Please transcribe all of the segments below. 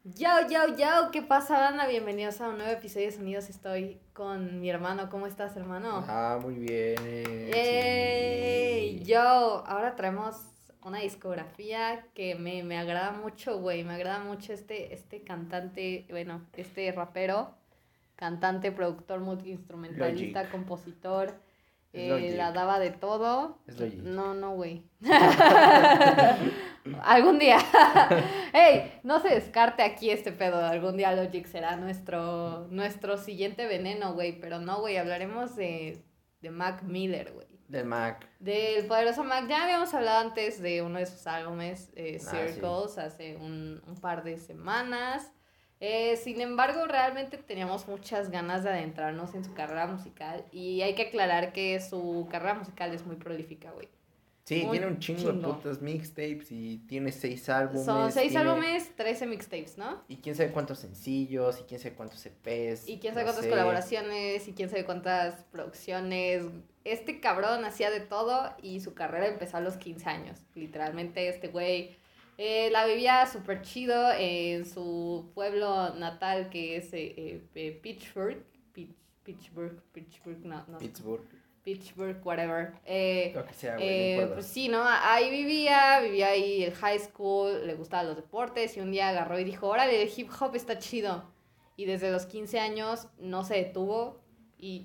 ¿Qué pasa, banda? Bienvenidos a un nuevo episodio de Sonidos. Estoy con mi hermano. ¿Cómo estás, hermano? Muy bien. ¡Ey! Sí. Ahora traemos una discografía que me agrada mucho, güey. Me agrada mucho este cantante, bueno, este rapero, cantante, productor, multiinstrumentalista, Logic. compositor. Es La Logic. daba de todo. Es Logic. No, güey. Algún día. Hey, no se descarte aquí este pedo. Algún día Logic será nuestro siguiente veneno, güey. Pero no, güey, hablaremos de Mac Miller, güey. Del Mac. Del poderoso Mac. Ya habíamos hablado antes de uno de sus álbumes, Sí. Circles, hace un par de semanas. Sin embargo, realmente teníamos muchas ganas de adentrarnos en su carrera musical. Y hay que aclarar que su carrera musical es muy prolífica, güey. Sí, tiene un chingo de putas mixtapes y tiene 6 álbumes. Son 6 álbumes, 13 mixtapes, ¿no? Y quién sabe cuántos sencillos, y quién sabe cuántos EPs. Y quién sabe cuántas colaboraciones, y quién sabe cuántas producciones. Este cabrón hacía de todo y su carrera empezó a los 15 años. Literalmente este güey la vivía súper chido en su pueblo natal, que es Pittsburgh, no. Pittsburgh, whatever. Lo que sea, güey, pues sí, ¿no? Ahí vivía ahí el high school, le gustaban los deportes y un día agarró y dijo, órale, el hip hop está chido. Y desde los 15 años no se detuvo y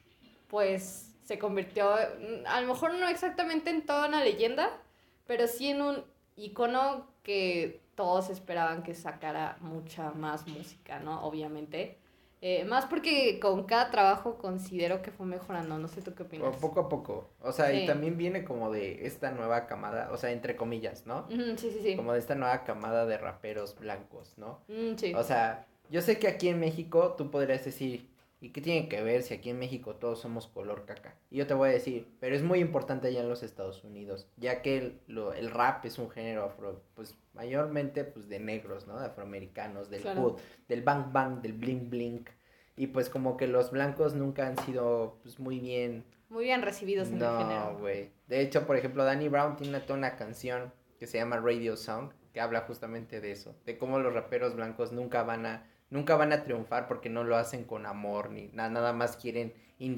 pues se convirtió, a lo mejor no exactamente en toda una leyenda, pero sí en un icono que todos esperaban que sacara mucha más música, ¿no? Obviamente. Más porque con cada trabajo considero que fue mejorando, no sé tú qué opinas. Poco a poco, o sea, Sí. Y también viene como de esta nueva camada, o sea, entre comillas, ¿no? Sí. Como de esta nueva camada de raperos blancos, ¿no? Sí. O sea, yo sé que aquí en México tú podrías decir, ¿y qué tiene que ver si aquí en México todos somos color caca? Y yo te voy a decir, pero es muy importante allá en los Estados Unidos, ya que el rap es un género afro, pues mayormente pues de negros, ¿no? De afroamericanos, del Claro. hood, del bang bang, del bling bling. Y pues como que los blancos nunca han sido pues muy bien recibidos en el género. No, güey. De hecho, por ejemplo, Danny Brown tiene toda una canción que se llama Radio Song, que habla justamente de eso, de cómo los raperos blancos nunca van a triunfar porque no lo hacen con amor ni nada más quieren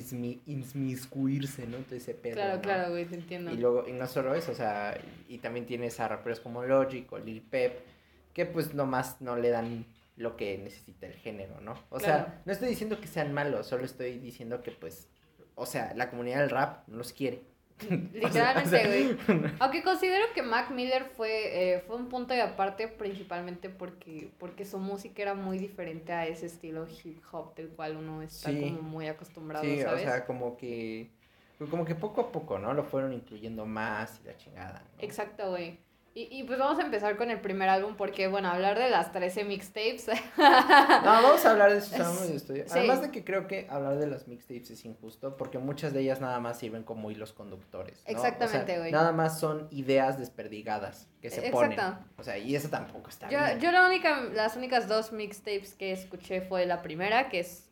inmiscuirse, ¿no? Todo ese pedo, Claro, ¿no? claro, güey, te entiendo. Y luego, y no solo eso, o sea, y también tienes a raperos como Logic o Lil Pep, que pues nomás no le dan lo que necesita el género, ¿no? O Claro. sea, no estoy diciendo que sean malos, solo estoy diciendo que pues, o sea, la comunidad del rap no los quiere. Literalmente, güey. Aunque considero que Mac Miller fue un punto de aparte principalmente porque su música era muy diferente a ese estilo hip hop del cual uno está como muy acostumbrado, sí, ¿sabes? O sea, como que poco a poco, ¿no? Lo fueron incluyendo más y la chingada, ¿no? Exacto, güey. Y pues vamos a empezar con el primer álbum porque, bueno, hablar de las 13 mixtapes. No, vamos a hablar de esos álbumes de estudio. Sí. Además de que creo que hablar de las mixtapes es injusto porque muchas de ellas nada más sirven como hilos conductores, ¿no? Exactamente, güey. Nada más son ideas desperdigadas que se ponen. Exacto. O sea, y eso tampoco está Yo bien. las únicas 2 mixtapes que escuché fue la primera, que es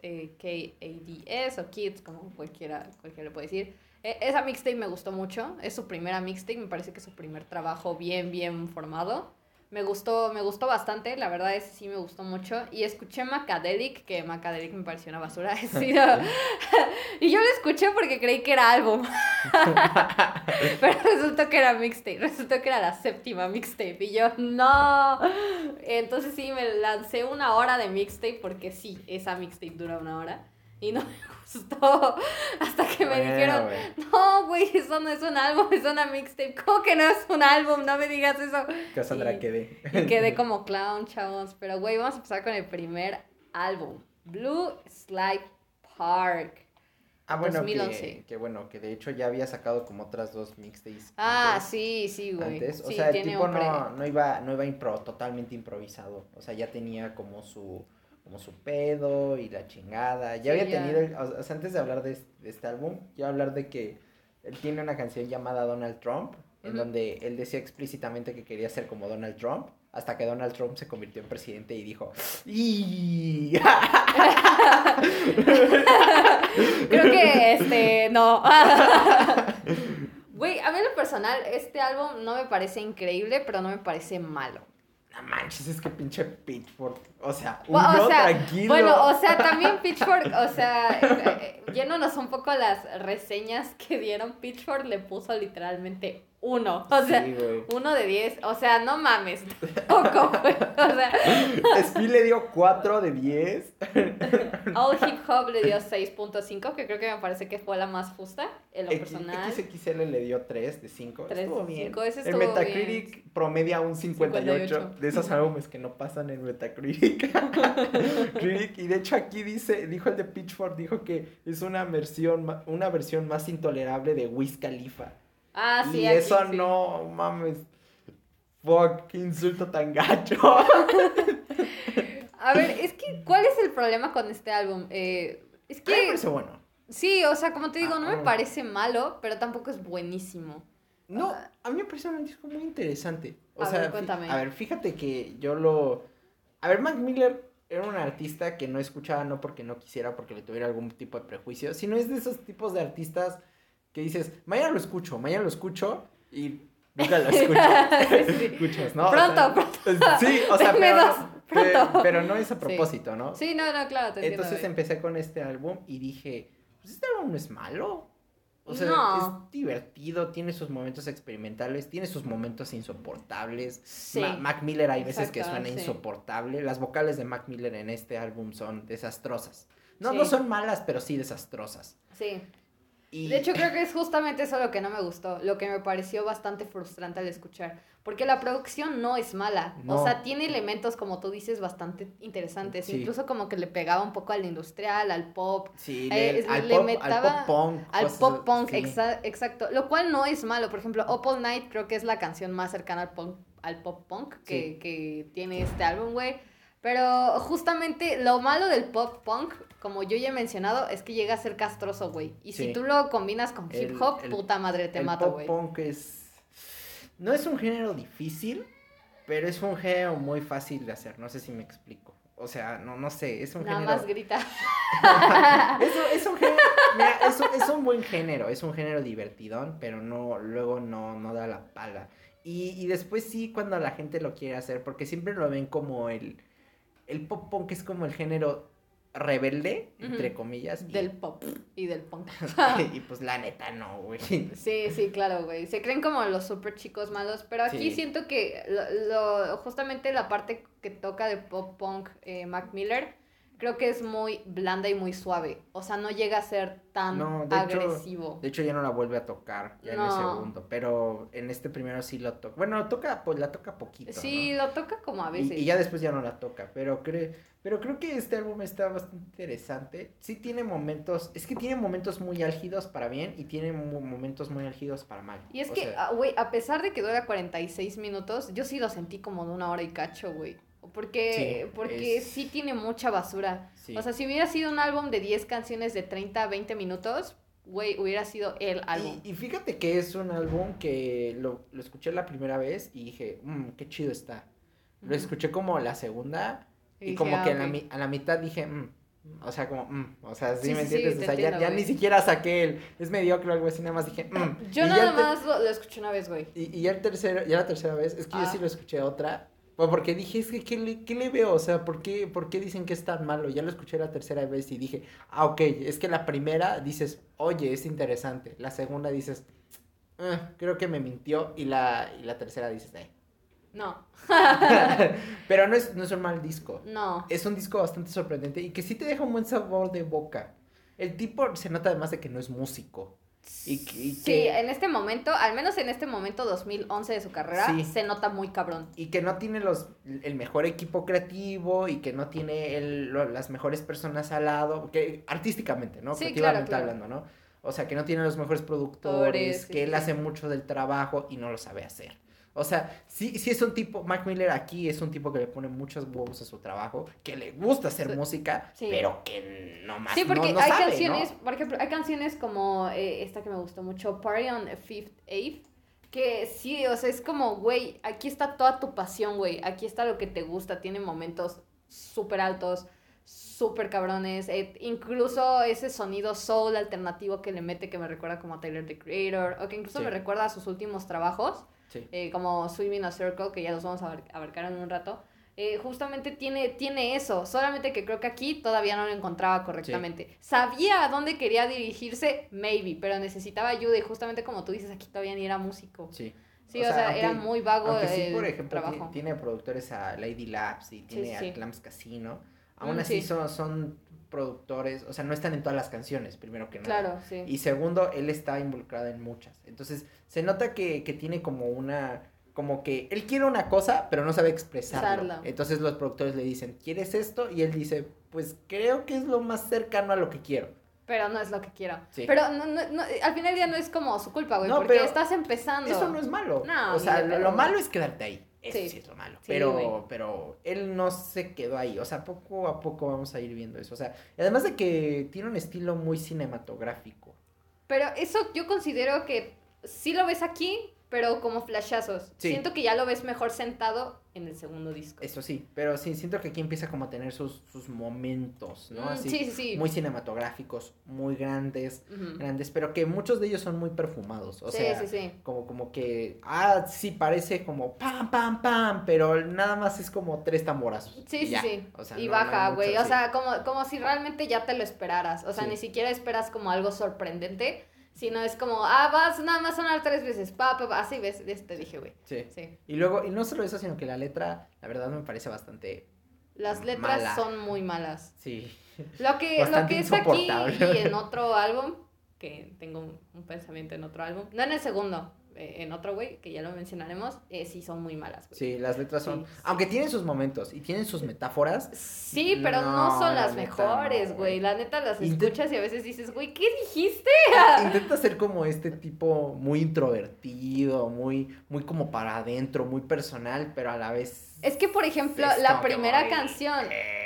KADS o Kids, como cualquiera le puede decir. Esa mixtape me gustó mucho, es su primera mixtape, me parece que es su primer trabajo bien formado. Me gustó bastante, la verdad ese sí me gustó mucho. Y escuché Macadelic, que Macadelic me pareció una basura. Y yo lo escuché porque creí que era álbum. Pero resultó que era mixtape, resultó que era la 7ª mixtape. Y yo, no. Entonces sí, me lancé 1 hora de mixtape porque sí, esa mixtape dura 1 hora. Y no me gustó hasta que me dijeron, no, güey, eso no es un álbum, es una mixtape. ¿Cómo que no es un álbum? No me digas eso. Cassandra quedé. Y quedé como clown, chavos. Pero, güey, vamos a empezar con el primer álbum. Blue Slide Park. Bueno, 2011. que de hecho ya había sacado como otras 2 mixtapes. Sí, güey. Antes, o sí, sea, el tipo no iba totalmente improvisado. O sea, ya tenía como su pedo y la chingada. Ya había tenido, o sea, antes de hablar de este álbum, quiero hablar de que él tiene una canción llamada Donald Trump, en donde él decía explícitamente que quería ser como Donald Trump, hasta que Donald Trump se convirtió en presidente y dijo, ¡y! Creo que, no. Güey, a mí en lo personal, este álbum no me parece increíble, pero no me parece malo. No manches, es que pinche Pitchfork. O sea, tranquilo. Bueno, o sea, también Pitchfork, o sea, yéndonos un poco a las reseñas que dieron, Pitchfork le puso literalmente 1. O sea, sí, 1 de 10. O sea, no mames. Poco, güey. O sea. Spin le dio 4 de 10. All Hip Hop le dio 6.5, que creo que me parece que fue la más justa en lo personal. XXL le dio 3 de 5. 3 estuvo de bien. 5, ese estuvo el Metacritic bien. promedia un 58. De esos álbumes que no pasan en Metacritic. Y de hecho aquí dijo el de Pitchfork, dijo que es una versión más intolerable de Wiz Khalifa. Ah, sí, y aquí, eso sí. no mames. Fuck, qué insulto tan gacho. A ver, es que, ¿cuál es el problema con este álbum? Es que... A mí me parece bueno. Sí, o sea, como te digo, no me parece malo, pero tampoco es buenísimo. No, a mí me parece un disco muy interesante. A ver, cuéntame. A ver, fíjate que A ver, Mac Miller era un artista que no escuchaba no porque no quisiera, porque le tuviera algún tipo de prejuicio, sino es de esos tipos de artistas que dices, mañana lo escucho y nunca lo escucho. Sí. Escuchas, ¿no? Pronto. Sí, o sea, pronto. pero no es a propósito, ¿no? Sí, no, claro, te entiendo. Entonces empecé con este álbum y dije, pues este álbum no es malo. O sea, no. es divertido, tiene sus momentos experimentales, tiene sus momentos insoportables. Sí. Mac Miller hay veces que Exacto, suena insoportable. Las vocales de Mac Miller en este álbum son desastrosas. No, Sí. no son malas, pero sí desastrosas. Sí. Y... De hecho, creo que es justamente eso lo que no me gustó, lo que me pareció bastante frustrante al escuchar. Porque la producción no es mala. No. O sea, tiene elementos, como tú dices, bastante interesantes. Sí. Incluso como que le pegaba un poco al industrial, al pop. Sí, al pop punk. Al pop punk, sí. exacto. Lo cual no es malo. Por ejemplo, Up All Night creo que es la canción más cercana al pop punk que tiene este álbum, güey. Pero justamente lo malo del pop punk, como yo ya he mencionado, es que llega a ser castroso, güey. Y si tú lo combinas con hip hop, puta madre, te mato, güey. El pop punk no es un género difícil, pero es un género muy fácil de hacer. No sé si me explico. O sea, no sé, es un género... Nada más grita. es un género... Mira, es un buen género, es un género divertidón, pero luego no da la pala. Y después sí, cuando la gente lo quiere hacer, porque siempre lo ven como el pop punk es como el género rebelde, entre comillas. Del pop y del punk. Y pues la neta no, güey. Sí, claro, güey. Se creen como los super chicos malos, pero aquí siento que justamente la parte que toca de pop punk Mac Miller, creo que es muy blanda y muy suave. O sea, no llega a ser tan agresivo. De hecho, ya no la vuelve a tocar, ya en el segundo. Pero en este primero sí lo toca. Bueno, la toca poquito. Sí, ¿no? lo toca como a veces. Y ya después ya no la toca. Pero creo que este álbum está bastante interesante. Sí tiene momentos. Es que tiene momentos muy álgidos para bien y tiene momentos muy álgidos para mal. Y es que, güey, a pesar de que dura 46 minutos, yo sí lo sentí como de 1 hora y cacho, güey. Porque sí tiene mucha basura. Sí. O sea, si hubiera sido un álbum de 10 canciones de 30 a 20 minutos, güey, hubiera sido el álbum. Y fíjate que es un álbum que lo escuché la primera vez y dije, qué chido está. Lo escuché como la segunda y dije, como que a la mitad dije, o sea, como, o sea, ¿sí me entiendes? O sea, entiendo, ya ni siquiera saqué es mediocre o algo así, nada más dije, Yo nada más lo escuché una vez, güey. Y ya la tercera vez, es que yo sí lo escuché otra. Bueno, porque dije, es que, ¿qué le veo? O sea, ¿por qué dicen que es tan malo? Ya lo escuché la tercera vez y dije, ok, es que la primera dices, oye, es interesante. La segunda dices, creo que me mintió. Y la tercera dices, No. Pero no es un mal disco. No. Es un disco bastante sorprendente y que sí te deja un buen sabor de boca. El tipo se nota además de que no es músico. Sí, en este momento, al menos en este momento 2011 de su carrera, se nota muy cabrón. Y que no tiene el mejor equipo creativo y que no tiene las mejores personas al lado, que artísticamente, ¿no? Sí, creativamente claro. hablando, ¿no? O sea, que no tiene los mejores productores, que él hace mucho del trabajo y no lo sabe hacer. O sea, sí es un tipo, Mac Miller aquí es un tipo que le pone muchos huevos a su trabajo, que le gusta hacer música, pero que no más porque no hay sabe, canciones, ¿no? Por ejemplo, hay canciones como esta que me gustó mucho, Party on Fifth Ave, que sí, o sea, es como, güey, aquí está toda tu pasión, güey, aquí está lo que te gusta, tiene momentos súper altos, súper cabrones, incluso ese sonido soul alternativo que le mete que me recuerda como a Tyler, the Creator, o que incluso me recuerda a sus últimos trabajos. Sí. Como Swim in a Circle, que ya los vamos a abarcar en un rato, justamente tiene eso, solamente que creo que aquí todavía no lo encontraba correctamente. Sí. Sabía a dónde quería dirigirse, maybe, pero necesitaba ayuda y justamente como tú dices, aquí todavía ni era músico. Sí. Sí, o sea, aunque, era muy vago aunque sí, el por ejemplo, trabajo. Tiene productores a Lady Labs y tiene sí. a Clams Casino. Aún así son productores, o sea, no están en todas las canciones, primero que nada. Claro, sí. Y segundo, él está involucrado en muchas. Entonces, se nota que tiene como que él quiere una cosa, pero no sabe expresarlo. Entonces los productores le dicen, ¿quieres esto? Y él dice, pues creo que es lo más cercano a lo que quiero. Pero no es lo que quiero. Sí. Pero no, al final del día no es como su culpa, güey, porque estás empezando. Eso no es malo. No, o sea, lo malo es quedarte ahí. Eso sí es lo malo. Sí, pero él no se quedó ahí. O sea, poco a poco vamos a ir viendo eso. O sea, además de que tiene un estilo muy cinematográfico. Pero eso yo considero que sí lo ves aquí, pero como flashazos. Sí. Siento que ya lo ves mejor sentado en el segundo disco. Eso sí, pero sí, siento que aquí empieza como a tener sus momentos, ¿no? Así, sí. Muy cinematográficos, muy grandes, pero que muchos de ellos son muy perfumados. O sea, como que, sí, parece como pam, pam, pam, pero nada más es como 3 tamborazos. Sí. O sea, y no, baja, güey. No o sea, como si realmente ya te lo esperaras. O sea, sí. Ni siquiera esperas como algo sorprendente. Sino es como, vas nada más sonar 3 veces, así ves, te dije, güey. Sí. Y luego, y no solo eso, sino que la letra, la verdad me parece bastante Las letras mala. Son muy malas. Sí. Lo que es aquí y en otro álbum, que tengo un pensamiento en otro álbum, no en el segundo, en otro, güey, que ya lo mencionaremos, sí son muy malas, güey. Sí, las letras son, aunque tienen sus momentos y tienen sus metáforas. Sí, pero no son las mejores, güey. La neta las escuchas y a veces dices, güey, ¿qué dijiste? Intenta ser como este tipo muy introvertido, muy como para adentro, muy personal, pero a la vez... Es que, por ejemplo, la primera canción,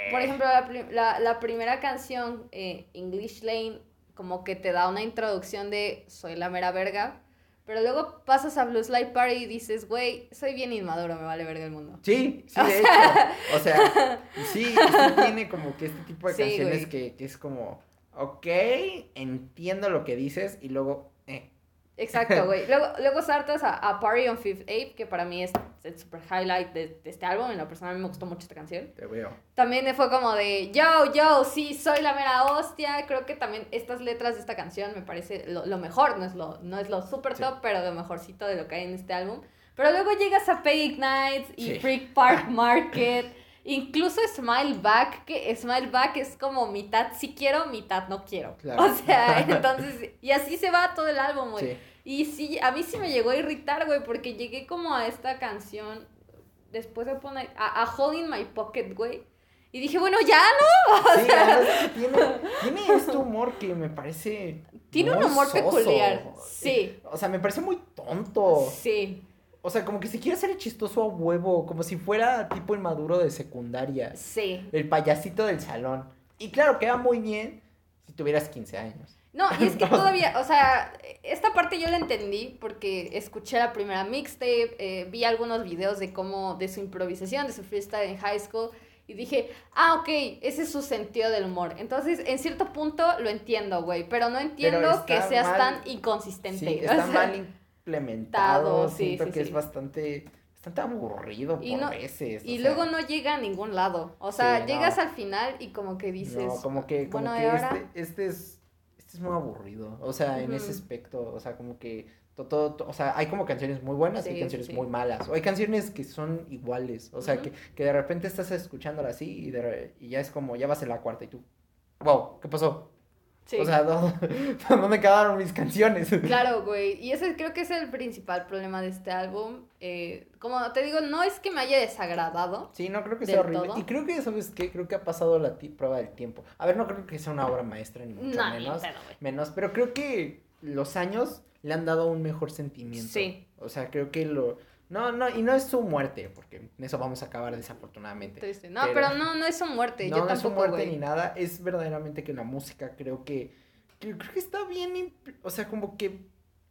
la primera canción, English Lane, como que te da una introducción de soy la mera verga. Pero luego pasas a Blue Slide Party y dices, güey, soy bien inmaduro, me vale verga el mundo. Sí, de hecho. O sea, sí tiene como que este tipo de canciones que es como, ok, entiendo lo que dices y luego, Exacto, güey. Luego saltas a Party on Fifth Ave, que para mí es el super highlight de este álbum. En lo personal me gustó mucho esta canción. Te veo. También fue como de, yo, sí, soy la mera hostia. Creo que también estas letras de esta canción me parece lo mejor. No es lo super top, pero lo mejorcito de lo que hay en este álbum. Pero luego llegas a Pay Nights y Freak Park Market. Incluso Smile Back, que Smile Back es como mitad sí quiero, mitad no quiero. Claro. O sea, entonces, y así se va todo el álbum, güey. Sí. Y sí, a mí sí me llegó a irritar, güey, porque llegué como a esta canción, después de poner, a Hole in My Pocket, güey. Y dije, bueno, ya, ¿no? O sea, tiene este humor que me parece... Tiene un humor peculiar, sí. O sea, me parece muy tonto. Sí. O sea, como que se quiere hacer chistoso a huevo, como si fuera tipo inmaduro de secundaria. Sí. El payasito del salón. Y claro, queda muy bien si tuvieras 15 años. No, y es que todavía, o sea, esta parte yo la entendí porque escuché la primera mixtape, vi algunos videos de su improvisación, de su freestyle en high school, y dije, ok, ese es su sentido del humor. Entonces, en cierto punto lo entiendo, güey, pero no entiendo que seas tan inconsistente. Sí, está mal implementado, siento que es bastante aburrido por veces. Y luego no llega a ningún lado, o sea, llegas al final y como que dices... No, como que ahora... este es muy aburrido, o sea, en ese aspecto, o sea, como que todo, o sea, hay como canciones muy buenas y canciones muy malas, o hay canciones que son iguales, o sea, que de repente estás escuchándola así y ya es como, ya vas en la cuarta y tú, wow, ¿qué pasó? Sí. O sea, ¿dónde quedaron mis canciones? Claro, güey. Y ese creo que es el principal problema de este álbum. Como te digo, no es que me haya desagradado. Sí, no creo que sea horrible. Todo. Y creo que, ¿sabes qué? Creo que ha pasado la prueba del tiempo. A ver, no creo que sea una obra maestra, ni mucho menos. Pero creo que los años le han dado un mejor sentimiento. Sí. O sea, creo que No, y no es su muerte, porque en eso vamos a acabar desafortunadamente. No, pero no es su muerte, yo tampoco, no es su muerte ni nada, es verdaderamente que la música creo que está bien, o sea, como que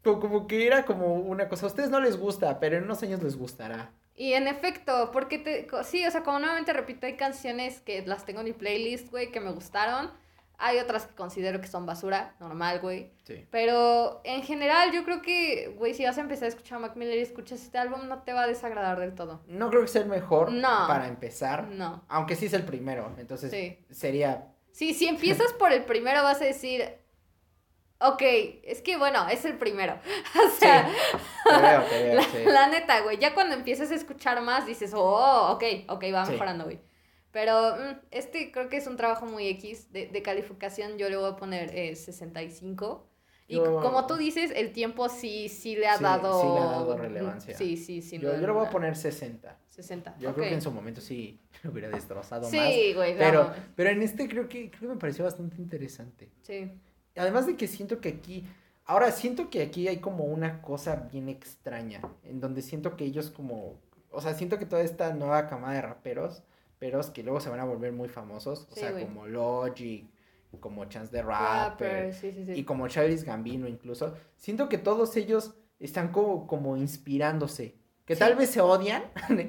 era como una cosa, a ustedes no les gusta, pero en unos años les gustará. Y en efecto, porque sí, o sea, como nuevamente repito, hay canciones que las tengo en mi playlist, güey, que me gustaron. Hay otras que considero que son basura, normal, güey. Sí. Pero en general yo creo que, güey, si vas a empezar a escuchar a Mac Miller y escuchas este álbum, no te va a desagradar del todo. No creo que sea el mejor No. para empezar. No. Aunque sí es el primero, entonces Sí. sería... Sí, si empiezas por el primero vas a decir, ok, es que bueno, es el primero. O sea, Sí, te veo, sí. la neta, güey, ya cuando empiezas a escuchar más dices, oh, ok, va Sí. mejorando, güey. Pero creo que es un trabajo muy X. De calificación yo le voy a poner 65. Y como tú dices, el tiempo sí le ha dado... Sí le ha dado relevancia. Sí, sin duda Yo le voy a alguna. poner 60. 60, Yo ok. creo que en su momento sí lo hubiera destrozado más. Sí, güey, Pero no. en este creo que me pareció bastante interesante. Sí. Además de que siento que aquí... Ahora, siento que aquí hay como una cosa bien extraña. En donde siento que ellos como... O sea, siento que toda esta nueva camada de raperos... Pero que luego se van a volver muy famosos. O Sí, sea, güey. como Logic, como Chance the Rapper, Sí. y como Childish Gambino incluso. Siento que todos ellos están como inspirándose. Que Sí. tal vez se odian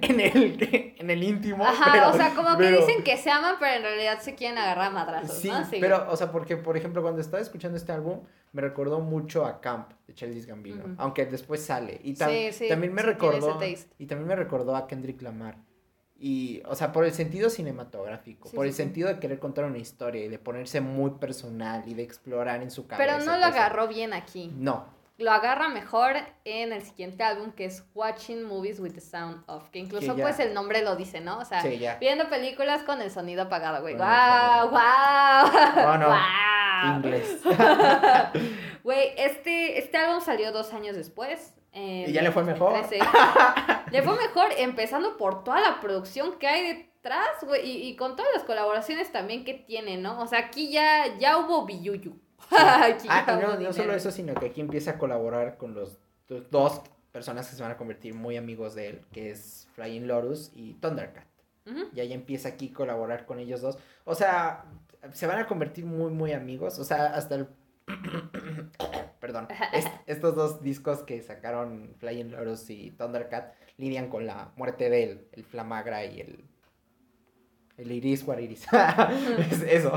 en el íntimo. Ajá, pero, o sea, como que pero- dicen que se aman, pero en realidad se quieren agarrar a madrazos, Sí, ¿no? Sí, pero, o sea, porque, por ejemplo, cuando estaba escuchando este álbum, me recordó mucho a Camp de Childish Gambino, Ujú. aunque después sale. Y Sí, también me sí tiene recordó, ese taste. y también me recordó a Kendrick Lamar. Y, o sea, por el sentido cinematográfico, Sí, por sí, el sí. sentido de querer contar una historia y de ponerse muy personal y de explorar en su cabeza. Pero no y lo todo eso. agarró bien aquí. No, Lo agarra mejor en el siguiente álbum, que es Watching Movies with the Sound Off, que incluso Que ya- pues el nombre lo dice, ¿no? O sea, sí, ya. viendo películas con el sonido apagado, güey. Con el ¡Guau! sonido. ¡Guau! No, no. ¡Guau! Inglés. Güey, este álbum salió 2 años después. Y ya le fue mejor. 2013. Le fue mejor empezando por toda la producción que hay detrás, güey, y con todas las colaboraciones también que tiene, ¿no? O sea, aquí ya hubo billuyu. Aquí ya hubo no dinero. solo eso, sino que aquí empieza a colaborar con los dos personas que se van a convertir muy amigos de él, que es Flying Lotus y Thundercat. Ujú. Y ahí empieza aquí a colaborar con ellos dos. O sea, se van a convertir muy, muy amigos. O sea, hasta el... Perdón. Estos dos discos que sacaron Flying Lotus y Thundercat lidian con la muerte de él, el Flamagra y el Iris Guariris. Es eso.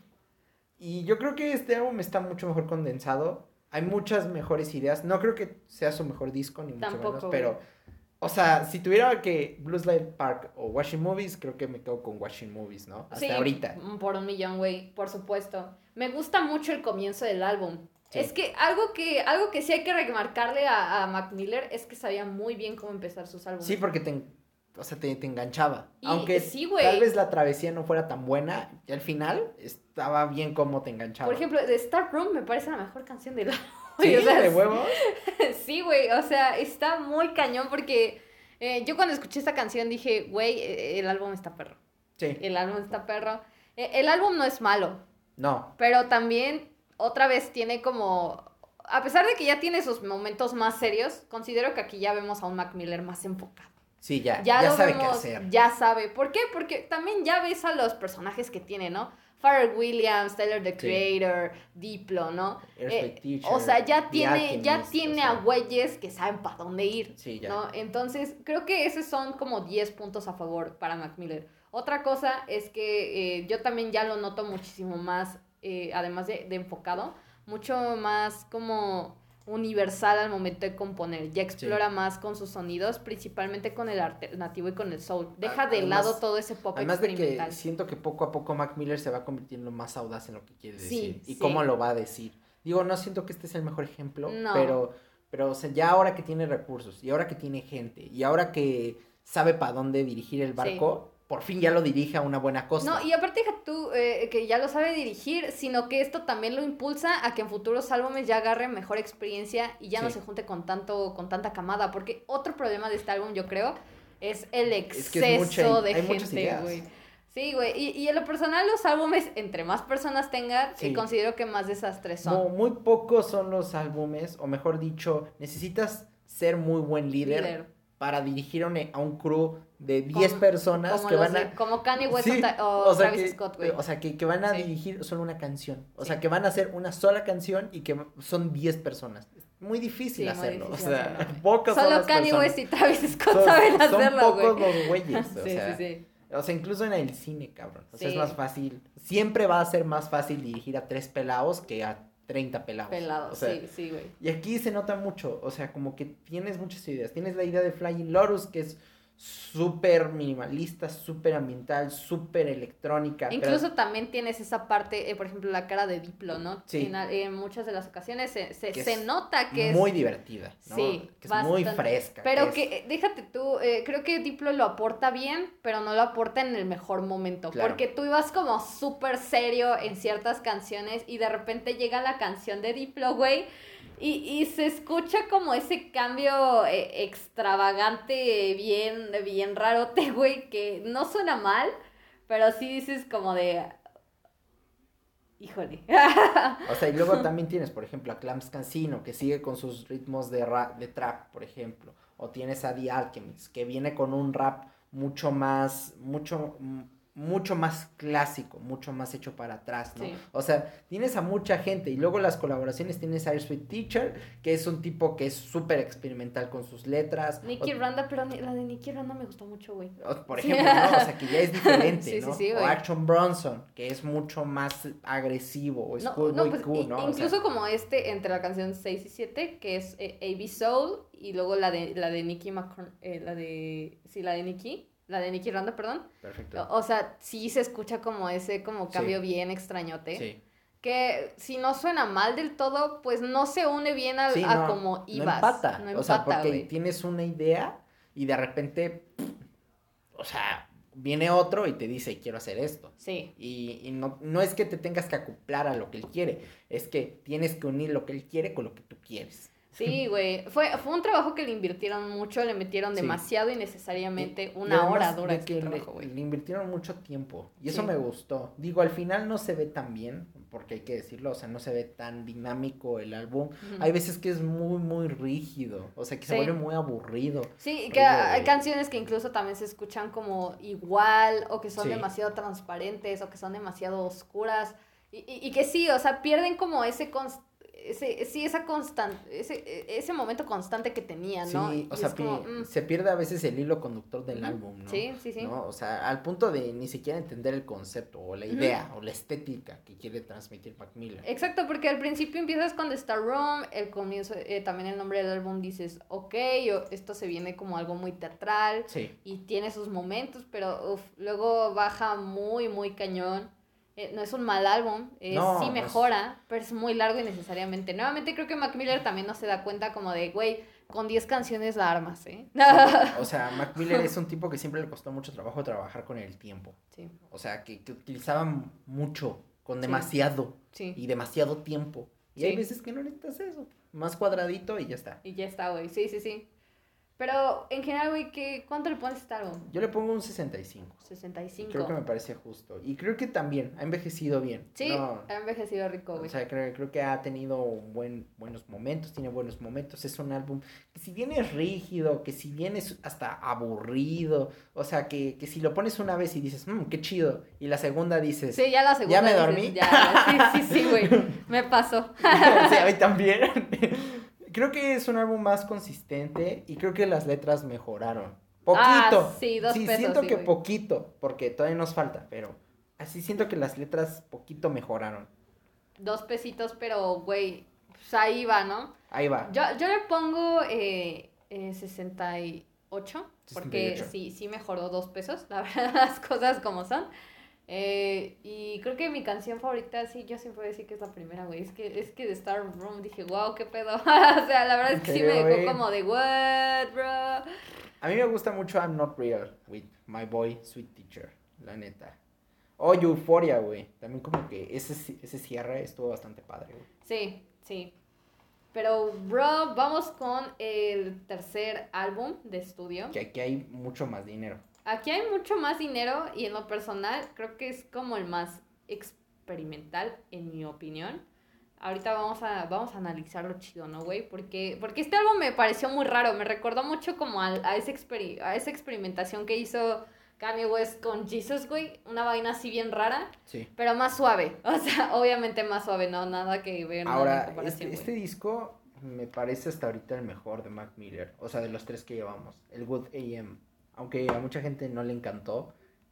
Y yo creo que este álbum está mucho mejor condensado. Hay muchas mejores ideas. No creo que sea su mejor disco, ni mucho Tampoco, menos. güey. Pero, o sea, si tuviera que Blues Light Park o Watching Movies, creo que me quedo con Watching Movies, ¿no? Hasta Sí, ahorita. por 1,000,000, güey, por supuesto. Me gusta mucho el comienzo del álbum. Sí. Es que algo que sí hay que remarcarle a Mac Miller es que sabía muy bien cómo empezar sus álbumes. Sí, porque te enganchaba. Y Aunque sí, güey. tal vez la travesía no fuera tan buena, y al final estaba bien cómo te enganchaba. Por ejemplo, The Start Room me parece la mejor canción del álbum. ¿Sí? O sea, ¿De huevos? Sí, güey, o sea, está muy cañón porque yo cuando escuché esta canción dije, güey, el álbum está perro. Sí. El álbum está perro. El álbum no es malo, No. pero también otra vez tiene como... A pesar de que ya tiene sus momentos más serios, considero que aquí ya vemos a un Mac Miller más enfocado. Sí, ya Ya lo sabe vemos, qué hacer. ya sabe. ¿Por qué? Porque también ya ves a los personajes que tiene, ¿no? Pharrell Williams, Tyler, the Sí. Creator, Diplo, ¿no? Earthquake Teacher, O sea, ya The tiene Alchemist, o a sea. güeyes que saben para dónde ir, Sí, ya. ¿no? Entonces, creo que esos son como 10 puntos a favor para Mac Miller. Otra cosa es que yo también ya lo noto muchísimo más, además de enfocado, mucho más como universal al momento de componer. Ya explora más con sus sonidos, principalmente con el alternativo y con el soul. Deja de Además- lado todo ese pop Además de que experimental. siento que poco a poco Mac Miller se va convirtiendo más audaz en lo que quiere Sí, decir y sí. cómo lo va a decir. Digo, no siento que este sea el mejor ejemplo, No. pero o sea, ya ahora que tiene recursos y ahora que tiene gente y ahora que sabe para dónde dirigir el barco, por fin ya lo dirige a una buena costa. No, y aparte deja tú que ya lo sabe dirigir, sino que esto también lo impulsa a que en futuros álbumes ya agarre mejor experiencia y ya no Sí. se junte con tanta camada, porque otro problema de este álbum, yo creo, es el Es que exceso de hay muchas gente, ideas. güey. Sí, güey, y en lo personal los álbumes, entre más personas tengan, Sí. considero que más desastres son. Muy pocos son los álbumes, o mejor dicho, necesitas ser muy buen líder. Para dirigir a un crew de 10 personas como que los van a... como Kanye West Sí, o sea Travis que, Scott, güey. O sea, que van a Sí. dirigir solo una canción. O Sí. sea, que van a hacer una sola canción y que son 10 personas. Es muy difícil Sí, muy hacerlo. difícil o sea, hacerlo. pocas son Solo las Kanye personas. West y Travis Scott Son saben hacerlo, pocos güey. los güeyes. O Sí, sea, sí, sí. O sea, incluso en el cine, cabrón. O sea, Sí. es más fácil. Siempre va a ser más fácil dirigir a 3 pelados que a 30 pelados. Pelado, O sea, sí, güey. y aquí se nota mucho. O sea, como que tienes muchas ideas. Tienes la idea de Flying Lotus, que es súper minimalista, súper ambiental, súper electrónica. Incluso también tienes esa parte, por ejemplo, la cara de Diplo, ¿no? Sí. En muchas de las ocasiones se es nota que muy es... divertida, ¿no? Sí, que es muy bastante. fresca. Pero déjate tú, creo que Diplo lo aporta bien, pero no lo aporta en el mejor momento. Claro. Porque tú ibas como súper serio en ciertas canciones y de repente llega la canción de Diplo, güey. Y se escucha como ese cambio extravagante, bien rarote, güey, que no suena mal, pero sí dices como de... Híjole. O sea, y luego también tienes, por ejemplo, a Clams Cansino, que sigue con sus ritmos de trap, por ejemplo. O tienes a The Alchemist, que viene con un rap mucho más clásico, mucho más hecho para atrás, ¿no? Sí. O sea, tienes a mucha gente. Y luego las colaboraciones tienes a Air Sweet Teacher, que es un tipo que es súper experimental con sus letras. Nicky Randa, pero la de Nicky Randa me gustó mucho, güey. Por ejemplo, ¿no? O sea, que ya es diferente, Sí, ¿no? sí, o güey. Action Bronson, que es mucho más agresivo, o Schoolboy pues, Q, ¿no? incluso O sea, como entre la canción 6 y 7, que es A.B. Soul, y luego la de Nicki Macron, la de Nicky Randa, perdón. perfecto. O sea, sí se escucha como ese cambio Sí. bien extrañote. Sí. Que si no suena mal del todo, pues no se une bien Sí, a no, como no ibas. empata. No O sea, empata, porque güey. tienes una idea y de repente, o sea, viene otro y te dice, quiero hacer esto. Sí. Y no es que te tengas que acoplar a lo que él quiere, es que tienes que unir lo que él quiere con lo que tú quieres. Sí, güey. Fue un trabajo que le invirtieron mucho, le metieron Sí. demasiado innecesariamente Y una hora además dura de este que trabajo, güey. le invirtieron mucho tiempo. Y eso Sí. me gustó. Digo, al final no se ve tan bien, porque hay que decirlo, o sea, no se ve tan dinámico el álbum. Ujú. Hay veces que es muy, muy rígido. O sea, que se Sí. vuelve muy aburrido. Sí, que Digo, hay canciones que incluso también se escuchan como igual, o que son Sí. demasiado transparentes, o que son demasiado oscuras, y que sí, o sea, pierden como ese momento constante que tenían, ¿no? Sí, o Y sea, es como, se pierde a veces el hilo conductor del ujú, álbum, ¿no? sí, sí, sí. ¿No? O sea, al punto de ni siquiera entender el concepto, o la Ujú. idea, o la estética que quiere transmitir Mac Miller. Exacto, porque al principio empiezas con The Star Room, el comienzo, también el nombre del álbum dices, ok, esto se viene como algo muy teatral, Sí. y tiene sus momentos, pero luego baja muy, muy cañón. No es un mal álbum, No, sí no mejora, pero es muy largo innecesariamente. Nuevamente creo que Mac Miller también no se da cuenta como de, güey, con 10 canciones la armas, ¿eh? O sea, Mac Miller es un tipo que siempre le costó mucho trabajo trabajar con el tiempo. Sí, O sea, que utilizaban mucho, con Sí. demasiado, sí. y demasiado tiempo. Y Sí. hay veces que no necesitas eso. Más cuadradito y ya está. Y ya está, güey, sí, sí, sí. Pero en general, güey, ¿cuánto le pones a este álbum? Yo le pongo un 65. 65. Creo que me parece justo. Y creo que también ha envejecido bien. Sí, No, ha envejecido rico, güey. o sea, creo que ha tenido buenos momentos, tiene buenos momentos. Es un álbum que si bien es rígido, que si bien es hasta aburrido, o sea, que si lo pones una vez y dices, qué chido, y la segunda dices, Sí, ya la segunda. ¿ya me dices, dormí? Ya, sí, güey. Me pasó. Sí, a mí también. Creo que es un álbum más consistente y creo que las letras mejoraron. Poquito. Sí, 2 pesos. Siento sí, que güey. poquito, porque todavía nos falta, pero así siento que las letras poquito mejoraron. 2 pesitos, pero, güey, pues ahí va, ¿no? Ahí va. Yo le pongo 68, porque 68. sí mejoró 2 pesos, la verdad, las cosas como son. Y creo que mi canción favorita, sí, yo siempre voy a decir que es la primera, güey. Es que de Star Room dije, wow, qué pedo. O sea, la verdad es que sí me dejó como de, what, bro. A mí me gusta mucho I'm Not Real with My Boy Sweet Teacher, la neta. O Euphoria, güey. También como que ese cierre estuvo bastante padre, güey. Sí, sí. Pero, bro, vamos con el tercer álbum de estudio. Que aquí hay mucho más dinero. Aquí hay mucho más dinero y en lo personal creo que es como el más experimental, en mi opinión. Ahorita vamos a analizarlo chido, ¿no, güey? Porque este álbum me pareció muy raro, me recordó mucho como a esa experimentación que hizo Kanye West con Jesus, güey. Una vaina así bien rara, Sí. pero más suave. O sea, obviamente más suave, no, nada que ver, nada en Ahora, comparación, este disco me parece hasta ahorita el mejor de Mac Miller. O sea, de los tres que llevamos. El Good AM. Aunque a mucha gente no le encantó.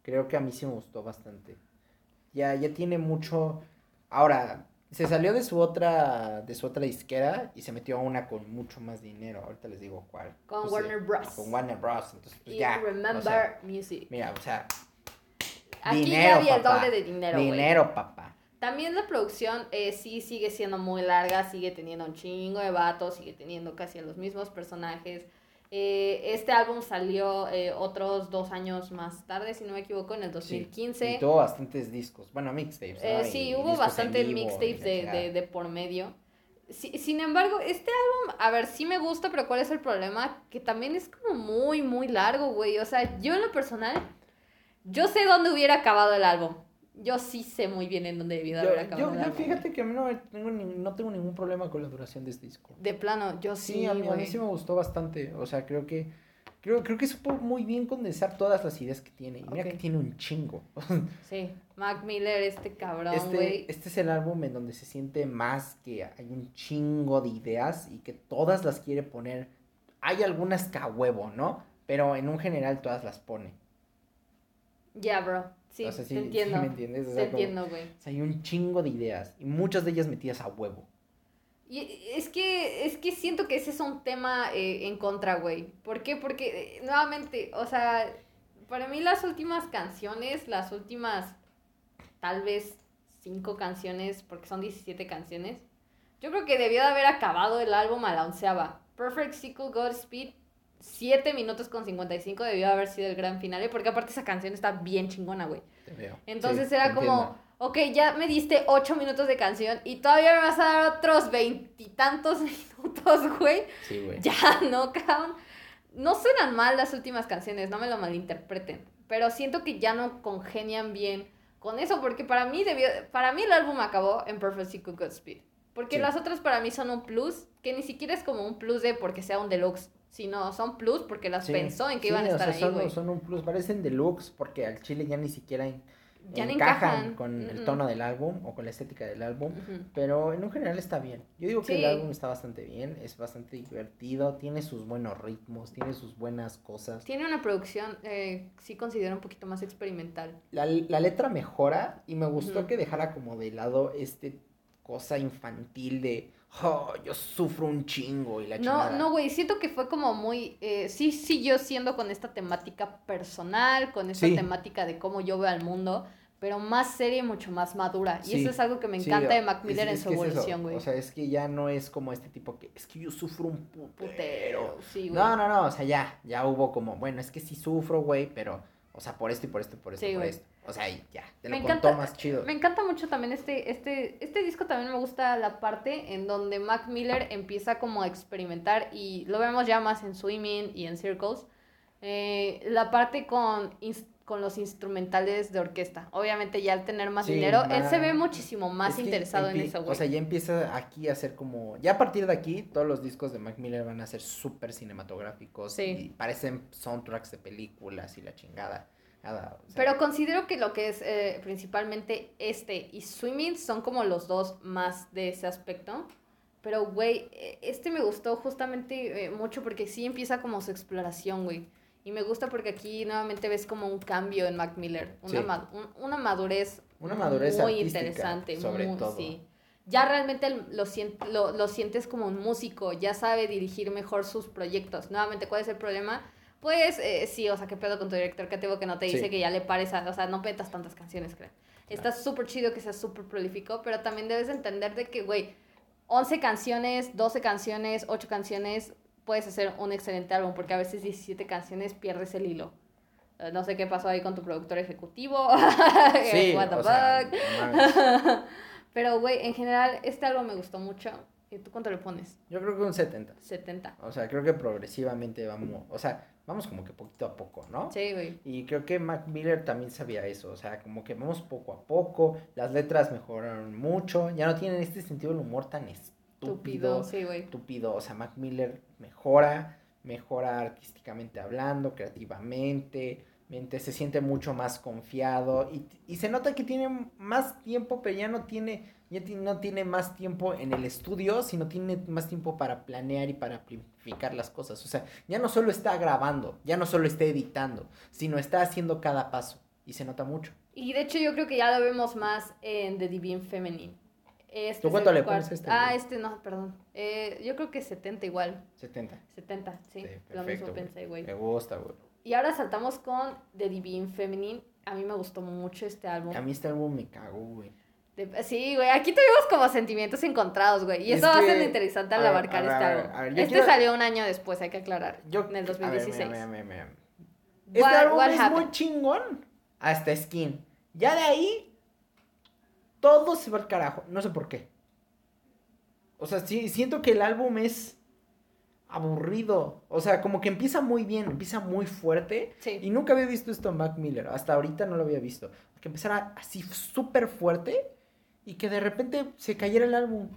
creo que a mí sí me gustó bastante. Ya tiene mucho, ahora, se salió de su otra disquera y se metió a una con mucho más dinero, ahorita les digo cuál. Con Pues, Warner Bros. Con Warner Bros, entonces pues Y ya, Remember o sea, Music. mira, o sea, Aquí dinero, ya había el papá, doble de dinero, güey. dinero, papá. También la producción sí sigue siendo muy larga, sigue teniendo un chingo de vatos, sigue teniendo casi a los mismos personajes. Este álbum salió otros 2 años más tarde, si no me equivoco, en el 2015. Sí, y tuvo bastantes discos, bueno, mixtapes, ¿no? Sí, y hubo bastantes vivo, mixtapes de por medio. Sin embargo, este álbum, a ver, sí me gusta, pero ¿cuál es el problema? Que también es como muy, muy largo, güey. O sea, yo en lo personal, yo sé dónde hubiera acabado el álbum. Yo sí sé muy bien en dónde debió haber acabado el Yo álbum. fíjate que a mí no tengo ningún problema con la duración de este disco. De plano, yo sí, Sí, a mí sí me gustó bastante. O sea, creo que supo muy bien condensar todas las ideas que tiene. Y mira que tiene un chingo. Sí, Mac Miller, este cabrón, güey. Este es el álbum en donde se siente más que hay un chingo de ideas y que todas las quiere poner. Hay algunas que a huevo, ¿no? Pero en un general todas las pone. Ya, bro. Sí, O sea, te entiendo. ¿sí me entiendes? O sea, Te entiendo, güey. O sea, hay un chingo de ideas y muchas de ellas metidas a huevo. Y es que siento que ese es un tema en contra, güey. ¿Por qué? Porque, nuevamente, o sea, para mí las últimas canciones, las últimas, tal vez 5 canciones, porque son 17 canciones, yo creo que debió de haber acabado el álbum a la 11ª. Perfect Sequel Godspeed, 7 minutos con 55 debió de haber sido el gran final, porque aparte esa canción está bien chingona, güey. Te veo. Entonces Sí, era te como, entiendo. ok, ya me diste 8 minutos de canción y todavía me vas a dar otros 20 y tantos minutos, güey. Sí, güey. Ya, no, cabrón. No suenan mal las últimas canciones, no me lo malinterpreten. Pero siento que ya no congenian bien con eso, porque para mí el álbum acabó en Perfect Sequel Godspeed. Porque Sí. las otras para mí son un plus, que ni siquiera es como un plus de porque sea un deluxe, sino son plus porque las pensó en que iban a estar ahí, güey. Son un plus, parecen deluxe porque al chile ya ni siquiera Ya no encajan encajan. con el tono del álbum o con la estética del álbum, Ujú. pero en un general está bien. Yo digo que Sí. el álbum está bastante bien, es bastante divertido, tiene sus buenos ritmos, tiene sus buenas cosas. Tiene una producción, sí considero un poquito más experimental. La letra mejora y me gustó Ujú. que dejara como de lado cosa infantil de, oh, yo sufro un chingo y la chingada. No, güey, siento que fue como muy, sí siguió siendo con esta temática personal, con esta Sí. temática de cómo yo veo al mundo, pero más seria y mucho más madura. Y Sí, eso es algo que me sí, encanta de Mac Miller en es su que es eso, evolución, güey. O sea, es que ya no es como este tipo que, es que yo sufro un putero. Sí, güey. No, o sea, ya hubo como, bueno, es que sí sufro, güey, pero, o sea, por esto y por esto y por esto Sí, y por güey. esto. O sea, y ya, te Me lo encanta, contó más chido. me encanta mucho también este disco también me gusta la parte en donde Mac Miller empieza como a experimentar y lo vemos ya más en Swimming y en Circles, la parte con los instrumentales de orquesta. Obviamente ya al tener más Sí, dinero, él más- se ve muchísimo más es que interesado en eso, güey. O sea, ya empieza aquí a ser como, ya a partir de aquí, todos los discos de Mac Miller van a ser súper cinematográficos Sí. y parecen soundtracks de películas y la chingada. Nada, o sea, Pero considero que lo que es principalmente y Swimming son como los dos más de ese aspecto. Pero, güey, este me gustó justamente mucho porque sí empieza como su exploración, güey. Y me gusta porque aquí nuevamente ves como un cambio en Mac Miller. Sí. Una madurez Una madurez muy artística, interesante. sobre todo. Sí. Ya realmente lo sientes como un músico. Ya sabe dirigir mejor sus proyectos. Nuevamente, ¿cuál es el problema? Pues sí, o sea, qué pedo con tu director creativo que no te dice Sí. que ya le pares o sea, no metas tantas canciones, creo. Está súper chido que sea súper prolífico, pero también debes entender de que, güey, 11 canciones, 12 canciones, 8 canciones, puedes hacer un excelente álbum, porque a veces 17 canciones pierdes el hilo. No sé qué pasó ahí con tu productor ejecutivo. Sí, What the o sea, fuck. no mames. Pero, güey, en general, este álbum me gustó mucho. ¿Y tú cuánto le pones? Yo creo que un 70. 70. O sea, creo que progresivamente vamos como que poquito a poco, ¿no? Sí, güey. Y creo que Mac Miller también sabía eso, o sea, como que vamos poco a poco, las letras mejoraron mucho, ya no tienen este sentido del humor tan estúpido, Sí, güey. estúpido, o sea, Mac Miller mejora artísticamente hablando, creativamente, se siente mucho más confiado y se nota que tiene más tiempo, pero no tiene más tiempo en el estudio, sino tiene más tiempo para planear y para planificar las cosas. O sea, ya no solo está grabando, ya no solo está editando, sino está haciendo cada paso. y se nota mucho. Y de hecho yo creo que ya lo vemos más en The Divine Feminine. ¿Tú cuánto le pones a este? No, perdón. Yo creo que 70 igual. 70, sí. perfecto, Lo mismo pensé, güey. Me gusta, güey. Y ahora saltamos con The Divine Feminine. A mí me gustó mucho este álbum. A mí este álbum me cagó, güey. Sí, güey, aquí tuvimos como sentimientos encontrados, güey. Y eso va a ser interesante al abarcar este álbum. Salió un año después, hay que aclarar. En el 2016. Mira. Este álbum es muy chingón hasta Skin. Ya de ahí, todo se va al carajo. No sé por qué. O sea, sí, siento que el álbum es aburrido. O sea, como que empieza muy bien, empieza muy fuerte. Sí. Y nunca había visto esto en Mac Miller. Hasta ahorita no lo había visto. Que empezara así súper fuerte y que de repente se cayera el álbum.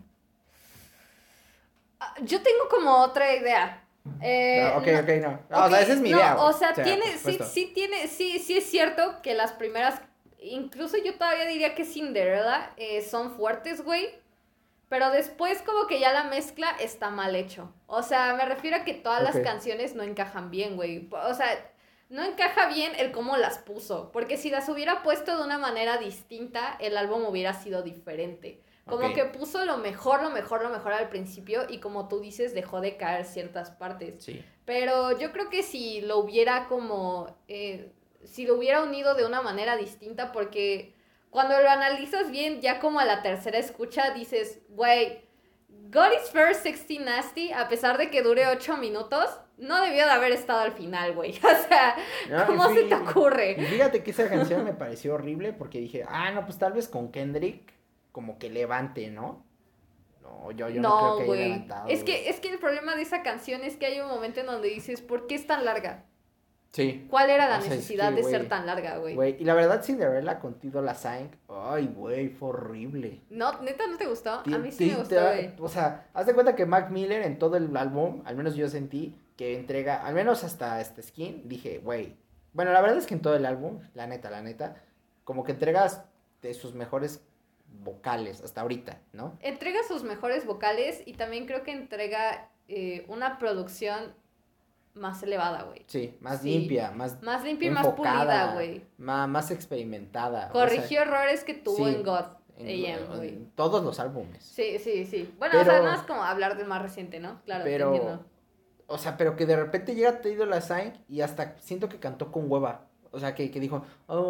Yo tengo como otra idea. No. O sea, esa es mi idea. O sea, sí es cierto que las primeras, incluso yo todavía diría que Cinderella son fuertes, güey. Pero después como que ya la mezcla está mal hecho. O sea, me refiero a que todas las canciones no encajan bien, güey. O sea, no encaja bien el cómo las puso. Porque si las hubiera puesto de una manera distinta, el álbum hubiera sido diferente. Como que puso lo mejor al principio y como tú dices, dejó de caer ciertas partes. Sí. Pero yo creo que si lo hubiera como... si lo hubiera unido de una manera distinta, porque cuando lo analizas bien, ya como a la tercera escucha, dices, güey, God is First 60 Nasty, a pesar de que dure 8 minutos, no debió de haber estado al final, güey. O sea, ¿cómo se te ocurre? Y fíjate que esa canción me pareció horrible porque dije, no, pues tal vez con Kendrick como que levante, ¿no? No, yo no creo que haya levantado. Es que el problema de esa canción es que hay un momento en donde dices, ¿por qué es tan larga? Sí. ¿Cuál era la necesidad de ser tan larga, güey? Y la verdad, Cinderella con Tito Lasagne, ay, güey, fue horrible. No, ¿neta no te gustó? A mí sí me gustó, güey. O sea, haz de cuenta que Mac Miller en todo el álbum, al menos yo sentí que entrega, al menos hasta este Skin, dije, güey. Bueno, la verdad es que en todo el álbum, la neta, como que entregas de sus mejores vocales hasta ahorita, ¿no? Entrega sus mejores vocales y también creo que entrega una producción más elevada, güey. Sí, más limpia, más limpia y más pulida, güey. Más experimentada. Corrigió errores que tuvo en God AM, güey. En todos los álbumes. Sí. Bueno, o sea, no es como hablar del más reciente, ¿no? Claro, pero, te entiendo. O sea, pero que de repente llega Tito Lasagne y hasta siento que cantó con hueva. O sea, que dijo,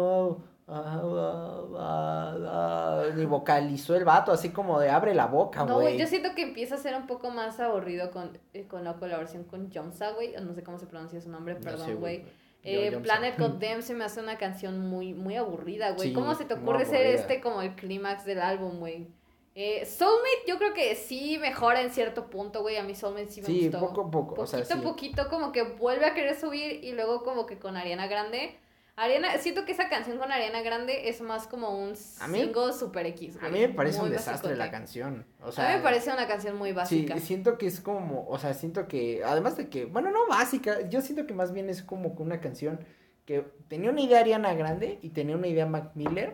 ni vocalizó el vato, así como de abre la boca, güey. No, güey, yo siento que empieza a ser un poco más aburrido con la colaboración con Jonsa, güey. No sé cómo se pronuncia su nombre, perdón, güey. Planet Goddamn se me hace una canción muy, muy aburrida, güey. Sí, ¿cómo se te ocurre ser como el clímax del álbum, güey? Soulmate yo creo que sí mejora en cierto punto, güey. A mí Soulmate sí me gustó. Sí, poco a poco. Poquito, como que vuelve a querer subir y luego como que con Ariana Grande... siento que esa canción con Ariana Grande es más como un single super X, güey. A mí me parece un desastre la canción. O sea, a mí me parece una canción muy básica. Sí, siento que es como, o sea, siento que, además de que, bueno, no básica, yo siento que más bien es como una canción que tenía una idea Ariana Grande y tenía una idea Mac Miller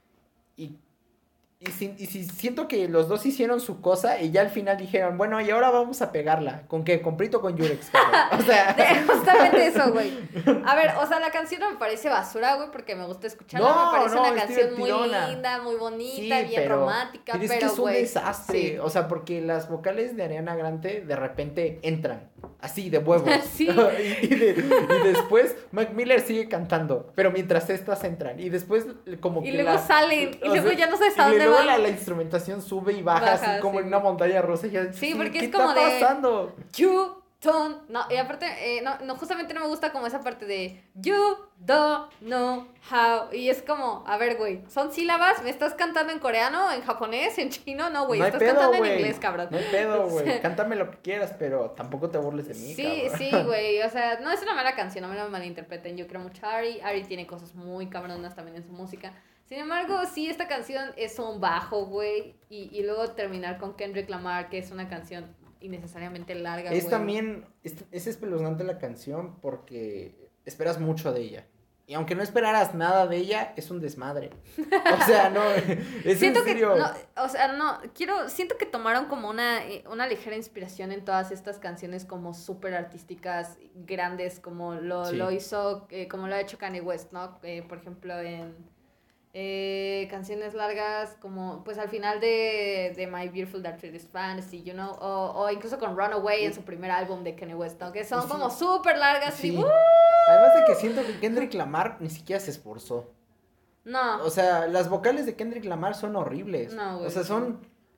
y siento que los dos hicieron su cosa y ya al final dijeron, bueno, y ahora vamos a pegarla. ¿Con qué? ¿Con Prito o con Yurex? O sea... Justamente eso, güey. A ver, o sea, la canción no me parece basura, güey, porque me gusta escucharla. Me parece una canción muy linda, muy bonita, sí, bien romántica, pero, es que es un desastre. Sí. O sea, porque las vocales de Ariana Grande de repente entran, así, de huevos. Sí. y después Mac Miller sigue cantando, pero mientras estas entran. Y después como que luego salen, y luego ya no sabes a dónde van. La instrumentación sube y baja así como en una montaña rusa. Sí, porque ¿qué es como está pasando? No, y aparte, justamente no me gusta como esa parte de you don't know how. Y es como, a ver, güey, son sílabas, ¿me estás cantando en coreano, en japonés, en chino? No, güey, estás cantando en inglés, cabrón. No hay pedo, güey, cántame lo que quieras, pero tampoco te burles de mí, cabrón. Sí, güey, o sea, no es una mala canción, no me la malinterpreten. Yo creo mucho a Ari. Ari tiene cosas muy cabronas también en su música. Sin embargo, sí, esta canción es un bajo, güey, y luego terminar con Kendrick Lamar, que es una canción innecesariamente larga, es güey. También, es espeluznante la canción porque esperas mucho de ella. Y aunque no esperaras nada de ella, es un desmadre. O sea, no, es siento en serio. que, no, o sea, no, siento que tomaron como una ligera inspiración en todas estas canciones como súper artísticas, grandes, como lo hizo, como lo ha hecho Kanye West, ¿no? Por ejemplo, en canciones largas, como pues al final de My Beautiful Dark Twisted Fantasy, you know, o incluso con Runaway en su primer álbum de Kanye West, ¿no? Que son como súper largas y además de que siento que Kendrick Lamar ni siquiera se esforzó. No. O sea, las vocales de Kendrick Lamar son horribles. No, güey. O sea, son...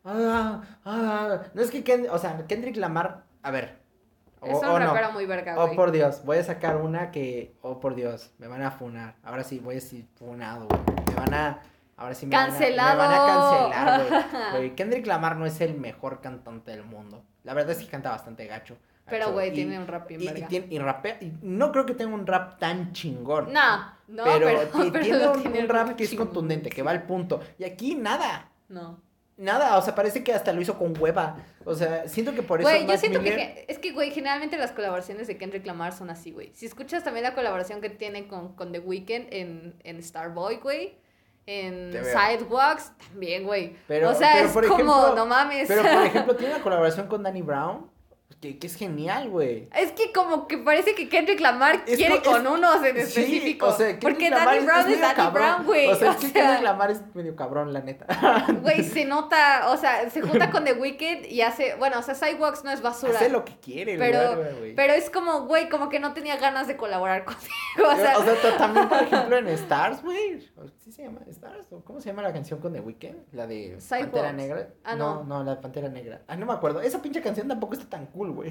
No es que Kendrick Lamar... A ver. Es un rapero muy verga, güey. Oh, por Dios. Voy a sacar una que... Oh, por Dios. Me van a funar. Ahora sí, voy a decir funado, güey. Ahora sí Cancelado. me van a cancelar, güey. Kendrick Lamar no es el mejor cantante del mundo. La verdad es que canta bastante gacho. Pero, güey, tiene un rap bien verga. Y no creo que tenga un rap tan chingón. No, pero tiene un rap que es chingón, contundente, que va al punto. Y aquí nada. No. Nada, o sea, parece que hasta lo hizo con hueva. O sea, siento que por eso... Güey, yo siento que... Es que, güey, generalmente las colaboraciones de Kendrick Lamar son así, güey. Si escuchas también la colaboración que tiene con The Weeknd en Starboy, güey. En Sidewalks, también, güey. O sea, es como, ejemplo, no mames. Pero, por ejemplo, tiene una colaboración con Danny Brown. Que es genial, güey. Es que como que parece que Kendrick Lamar quiere con unos en específico. Sí, o sea, porque Danny Brown es Danny Brown, güey. O sea, es que Kendrick Lamar es medio cabrón, la neta. Güey, se nota, o sea, se junta con The Weeknd y hace, bueno, o sea, Sidewalks no es basura. Hace lo que quiere, pero es como, güey, como que no tenía ganas de colaborar contigo, o sea. También, por ejemplo, en Stars, güey. ¿Sí se llama Stars? ¿O cómo se llama la canción con The Weeknd? La de Sidewalks. Pantera Negra. No, la de Pantera Negra. No me acuerdo. Esa pinche canción tampoco está tan cool, güey.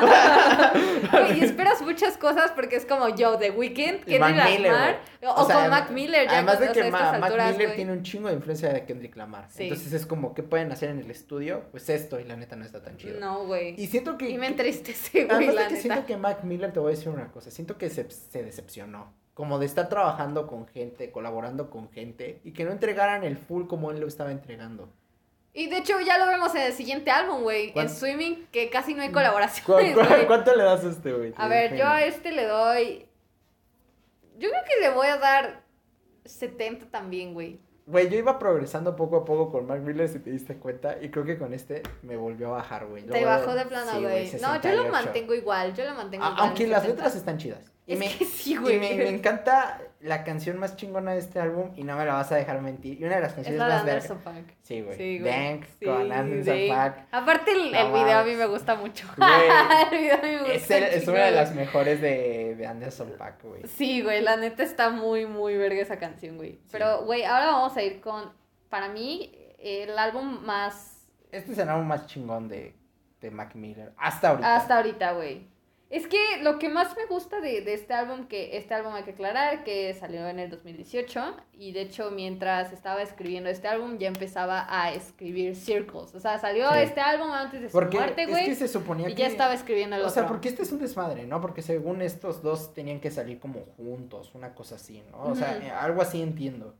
Y esperas muchas cosas porque es como yo, The Weeknd, Kendrick Lamar, o con Mac Miller. Ya además de que Mac Miller tiene un chingo de influencia de Kendrick Lamar. Sí. Entonces es como, ¿qué pueden hacer en el estudio? Pues esto, y la neta no está tan chido. No, güey. Y siento que... Y me entristece, güey, la neta. Siento que Mac Miller, te voy a decir una cosa, siento que se decepcionó. Como de estar trabajando con gente, colaborando con gente, y que no entregaran el full como él lo estaba entregando. Y de hecho ya lo vemos en el siguiente álbum, güey. En Swimming, que casi no hay colaboraciones. ¿Cuánto le das a este, güey? A ver, yo a este le doy... Yo creo que le voy a dar 70 también, güey. Güey, yo iba progresando poco a poco con Mac Miller, si te diste cuenta, y creo que con este me volvió a bajar, güey. Te bajó de plano, güey. No, yo lo mantengo igual, Aunque las letras están chidas. Que sí, güey. Y me encanta la canción más chingona de este álbum, y no me la vas a dejar mentir. Y una de las canciones más vergas. Es la de Anderson .Paak. Sí, güey. Sí, Dank con Anderson .Paak. Aparte el video a mí me gusta mucho. El video a mí me gusta. Es una de las mejores de Anderson .Paak, güey. Sí, güey, la neta está muy, muy verga esa canción, güey. Sí. Pero, güey, ahora vamos a ir con, para mí, el álbum más... Este es el álbum más chingón de Mac Miller. Hasta ahorita, güey. Es que lo que más me gusta de este álbum, que este álbum hay que aclarar, que salió en el 2018, y de hecho mientras estaba escribiendo este álbum ya empezaba a escribir Circles, o sea, salió este álbum antes de su muerte, güey, es que se suponía y ya estaba escribiendo el otro. O sea, porque este es un desmadre, ¿no? Porque según estos dos tenían que salir como juntos, una cosa así, ¿no? O sea, algo así entiendo.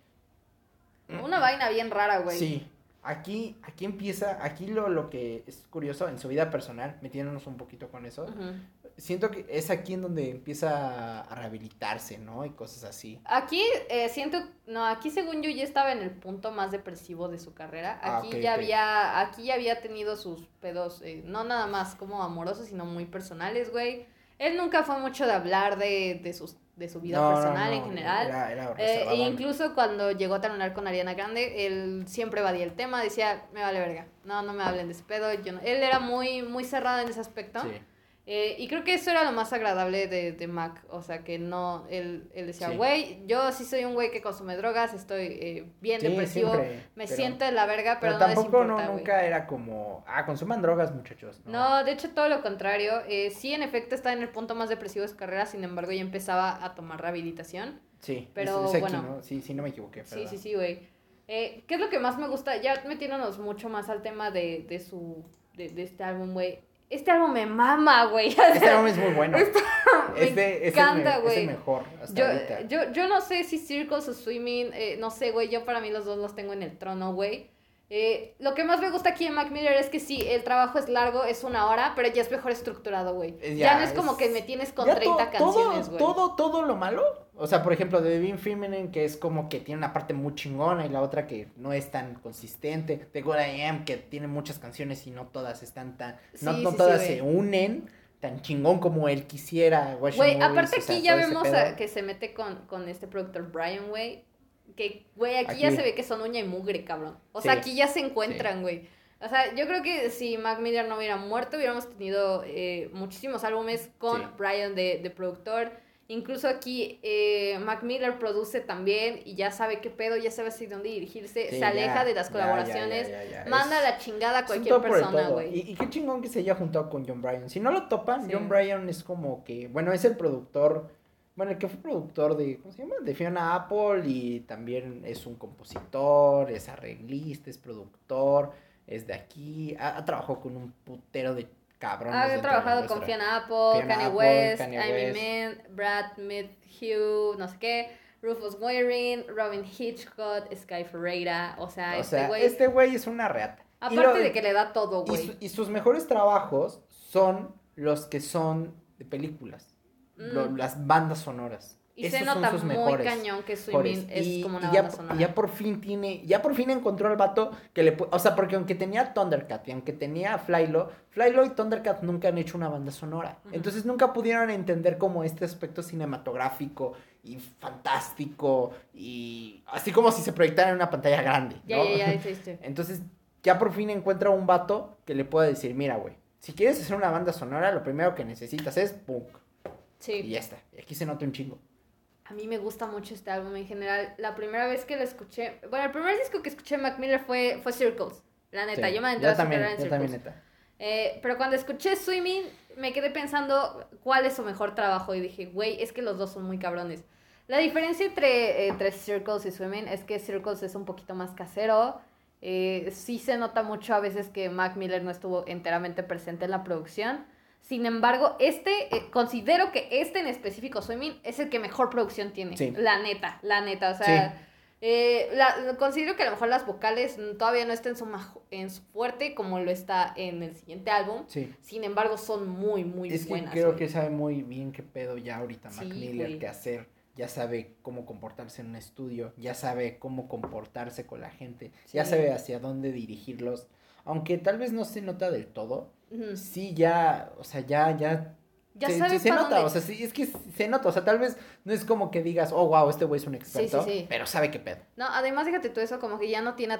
Una vaina bien rara, güey. Sí. Aquí empieza, lo que es curioso en su vida personal, metiéndonos un poquito con eso, siento que es aquí en donde empieza a rehabilitarse, ¿no? Y cosas así. Aquí aquí según yo ya estaba en el punto más depresivo de su carrera. Aquí ya había tenido sus pedos, no nada más como amorosos, sino muy personales, güey. Él nunca fue mucho de hablar de su vida personal en general. Era incluso cuando llegó a terminar con Ariana Grande, él siempre evadía el tema, decía, me vale verga, no me hablen de ese pedo. Él era muy, muy cerrado en ese aspecto. Sí. Y creo que eso era lo más agradable de Mac, o sea, que no, él decía, güey, yo sí soy un güey que consume drogas, estoy bien depresivo, siempre, siento de la verga, pero no tampoco les importa, nunca era como, consuman drogas, muchachos. No, de hecho todo lo contrario, sí, en efecto está en el punto más depresivo de su carrera, sin embargo ya empezaba a tomar rehabilitación. Sí, pero es bueno. Aquí, ¿no? Sí, no me equivoqué. Sí, güey. ¿Qué es lo que más me gusta? Ya metiéndonos mucho más al tema de este álbum, güey. Este álbum me mama, güey. Este álbum es muy bueno. Me encanta, güey. Es el mejor hasta ahorita. Yo no sé si Circles o Swimming, no sé, güey. Yo para mí los dos los tengo en el trono, güey. Lo que más me gusta aquí en Mac Miller es que sí, el trabajo es largo, es 1 hora, pero ya es mejor estructurado, güey. Ya no es como que me tienes con 30 canciones, güey. Todo lo malo. O sea, por ejemplo, de Devin Feminine, que es como que tiene una parte muy chingona y la otra que no es tan consistente. De Good I Am, que tiene muchas canciones y no todas están tan... Sí, no sí, todas sí, se güey. unen tan chingón como él quisiera. Güey, aparte aquí ya vemos pedo. que se mete con este productor Brian, güey. Que, güey, aquí ya Aquí. se ve que son uña y mugre, cabrón. O Sí, sea, aquí ya se encuentran, güey. O sea, yo creo que si Mac Miller no hubiera muerto, hubiéramos tenido muchísimos álbumes con Sí. Brian de productor. Incluso aquí Mac Miller produce también y ya sabe qué pedo, ya sabe hacia dónde dirigirse, Sí, se aleja ya, de las ya, colaboraciones, ya. manda a la chingada a Es un cualquier todo por el persona, todo. güey. Y qué chingón que se haya juntado con John Bryan. Si no lo topan, Sí. John Bryan es como que, bueno, es el productor, bueno, el que fue productor de, ¿cómo se llama? De Fiona Apple y también es un compositor, es arreglista, es productor, es de aquí, ha trabajado con un putero de cabrones Ha dentro de la trabajado con industria. Fiona Apple, Fiona Kanye Apple, West, Kanye Amy West. Mann, Brad Mayhew, no sé qué, Rufus Wainwright, Robin Hitchcock, Sky Ferreira, o sea, O sea, güey, este güey es una reata. aparte de que le da todo, Y, güey. y sus mejores trabajos son los que son de películas, las bandas sonoras. Y Esos se son nota sus muy mejores. cañón que mejores. Swimming es como una ya, banda sonora. y ya por fin encontró al vato que le o sea, porque aunque tenía Thundercat y aunque tenía Flylo y Thundercat nunca han hecho una banda sonora. Ujú. Entonces nunca pudieron entender como este aspecto cinematográfico y fantástico y así como si se proyectara en una pantalla grande, ¿no? Ya, sí. Entonces ya por fin encuentra un vato que le pueda decir, mira, güey, si quieres hacer una banda sonora, lo primero que necesitas es punk. Sí. Y ya está. Y aquí se nota un chingo. A mí me gusta mucho este álbum en general. La primera vez que lo escuché, bueno, el primer disco que escuché de Mac Miller fue Circles. La neta, Sí, yo me adentré a su también, carrera en yo también, Circles. neta. Pero cuando escuché Swimming, me quedé pensando cuál es su mejor trabajo. Y dije, güey, es que los dos son muy cabrones. La diferencia entre Circles y Swimming es que Circles es un poquito más casero. Sí se nota mucho a veces que Mac Miller no estuvo enteramente presente en la producción. Sin embargo, considero que este en específico, Swimming, es el que mejor producción tiene. Sí. La neta. O sea, considero que a lo mejor las vocales todavía no están en su fuerte como lo está en el siguiente álbum. Sí. Sin embargo, son muy, muy Es buenas. que creo güey. que sabe muy bien qué pedo ya ahorita Sí, Mac Miller, güey. qué hacer. Ya sabe cómo comportarse en un estudio, ya sabe cómo comportarse con la gente, ya Sí. sabe hacia dónde dirigirlos. Aunque tal vez no se nota del todo, Ujú. sí ya, o sea, ya Ya sabe se pa' nota, dónde- o sea, sí, es que se nota, o sea, tal vez no es como que digas, oh, wow, este güey es un experto, Sí. pero sabe qué pedo. No, además, déjate tú eso, como que ya no tiene a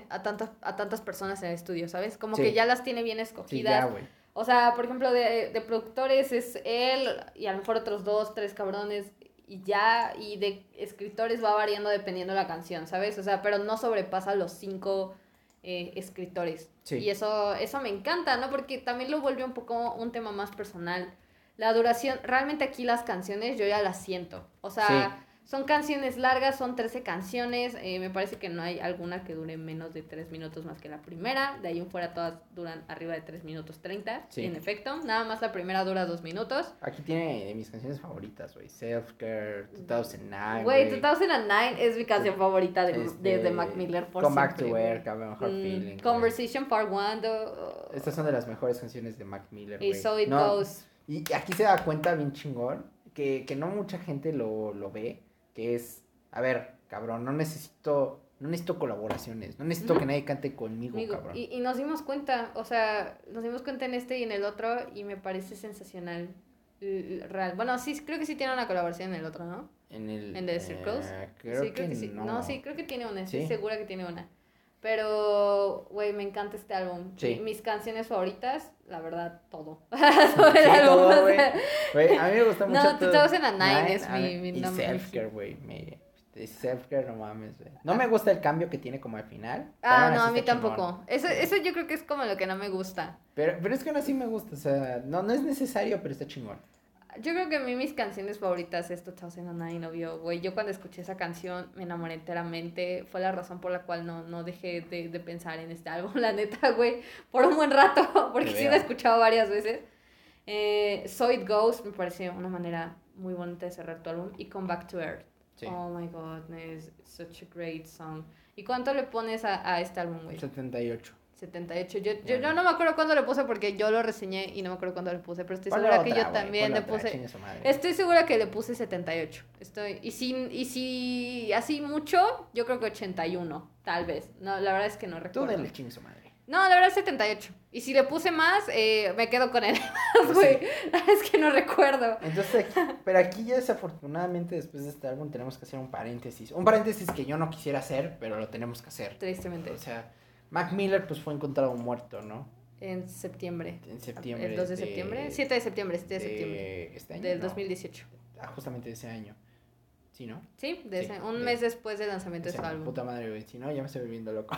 tantas personas en el estudio, ¿sabes? Como Sí. que ya las tiene bien Sí, escogidas. ya, güey. O sea, por ejemplo, de productores es él y a lo mejor otros 2, 3 cabrones y ya, y de escritores va variando dependiendo de la canción, ¿sabes? O sea, pero no sobrepasa los 5 escritores. Sí. Y eso me encanta, ¿no? Porque también lo vuelve un poco un tema más personal. La duración, realmente aquí las canciones yo ya las siento. O sea, son canciones largas, son 13 canciones. Me parece que no hay alguna que dure menos de 3 minutos más que la primera. De ahí en fuera todas duran arriba de 3 minutos 30. Sí. En efecto, nada más la primera dura 2 minutos. Aquí tiene de mis canciones favoritas, güey. Self-Care, 2009. Güey, 2009 es mi canción favorita de Mac Miller por Come Back siempre, to güey. Work, a Mejor Feeling. güey. Conversation Part 1. Estas son de las mejores canciones de Mac Miller, Y güey. So It No, Goes. Y aquí se da cuenta bien chingón que no mucha gente lo ve, que es, a ver, cabrón, no necesito colaboraciones, no necesito que nadie cante conmigo, cabrón. Y nos dimos cuenta, o sea, nos dimos cuenta en este y en el otro y me parece sensacional. Real. Bueno, sí, creo que sí tiene una colaboración en el otro, ¿no? En The Circles. Creo Sí, que sí. no. No, sí, creo que tiene una, estoy ¿Sí? segura que tiene una. Pero, güey, me encanta este álbum. Sí. Mis canciones favoritas, la verdad, todo. Sí, Sobre el álbum, todo, o güey. sea. Güey, a mí me gusta mucho No, todo. 2009 es a mí- mi Y nombre. Self-Care, güey. Self-Care, no mames, güey. No me gusta el cambio que tiene como al final. Ah, pero aún no, así a mí está chingón. tampoco. Eso yo creo que es como lo que no me gusta. Pero es que aún así me gusta, o sea, no es necesario, pero está chingón. Yo creo que a mí mis canciones favoritas es 2009, obvio, güey. Yo cuando escuché esa canción me enamoré enteramente. Fue la razón por la cual no dejé de pensar en este álbum, la neta, güey. Por un buen rato, porque Te sí veo. lo he escuchado varias veces. So It Goes me pareció una manera muy bonita de cerrar tu álbum. Y Come Back to Earth. Sí. Oh my goodness, such a great song. ¿Y cuánto le pones a este álbum, güey? 78. 78. Yo no me acuerdo cuándo le puse porque yo lo reseñé y no me acuerdo cuándo le puse, pero estoy segura que yo también le puse. Estoy segura que le puse 78. Y si así mucho, yo creo que 81, tal vez. No, la verdad es que no recuerdo. Tú dale chingue su madre. No, la verdad es 78. Y si le puse más, me quedo con él. Güey, es que no recuerdo. Entonces, pero aquí ya desafortunadamente después de este álbum tenemos que hacer un paréntesis. Un paréntesis que yo no quisiera hacer, pero lo tenemos que hacer. Tristemente. O sea, Mac Miller pues fue encontrado muerto, ¿no? En septiembre. En septiembre. ¿El 2 de septiembre? 7 de septiembre, 7 de septiembre. ¿Este año? Del No. 2018. Justamente de ese año. ¿Sí, no? Sí, un mes después del lanzamiento de su álbum. Puta madre, güey. Si no, ya me estoy volviendo loco.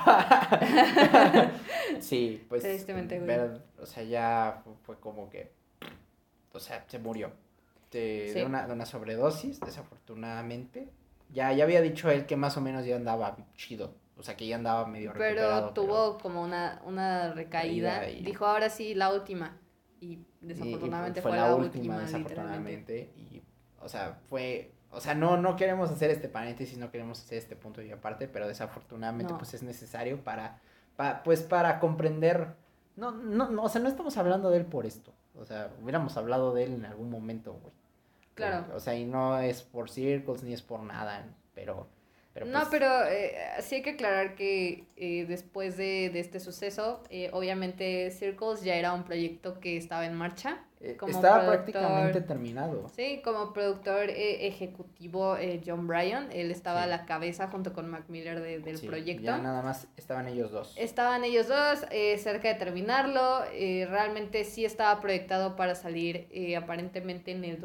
Sí, pues. Tristemente, güey. O sea, ya fue como que. O sea, se murió. De una sobredosis, desafortunadamente. Ya había dicho él que más o menos ya andaba chido. O sea, que ya andaba medio recuperado. Pero tuvo como una recaída. Dijo, ahora sí, la última. Y desafortunadamente fue la última, desafortunadamente. Y, o sea, fue... O sea, no queremos hacer este paréntesis, no queremos hacer este punto y aparte, pero desafortunadamente pues es necesario para comprender. No, o sea, no estamos hablando de él por esto. O sea, hubiéramos hablado de él en algún momento, güey. Claro. O sea, y no es por Circles ni es por nada, pero no, pues... pero sí hay que aclarar que después de este suceso, obviamente Circles ya era un proyecto que estaba en marcha. Estaba prácticamente terminado. Sí, como productor ejecutivo John Bryan, él estaba a la cabeza junto con Mac Miller del proyecto. Ya nada más estaban ellos dos. Cerca de terminarlo. Realmente sí estaba proyectado para salir aparentemente en el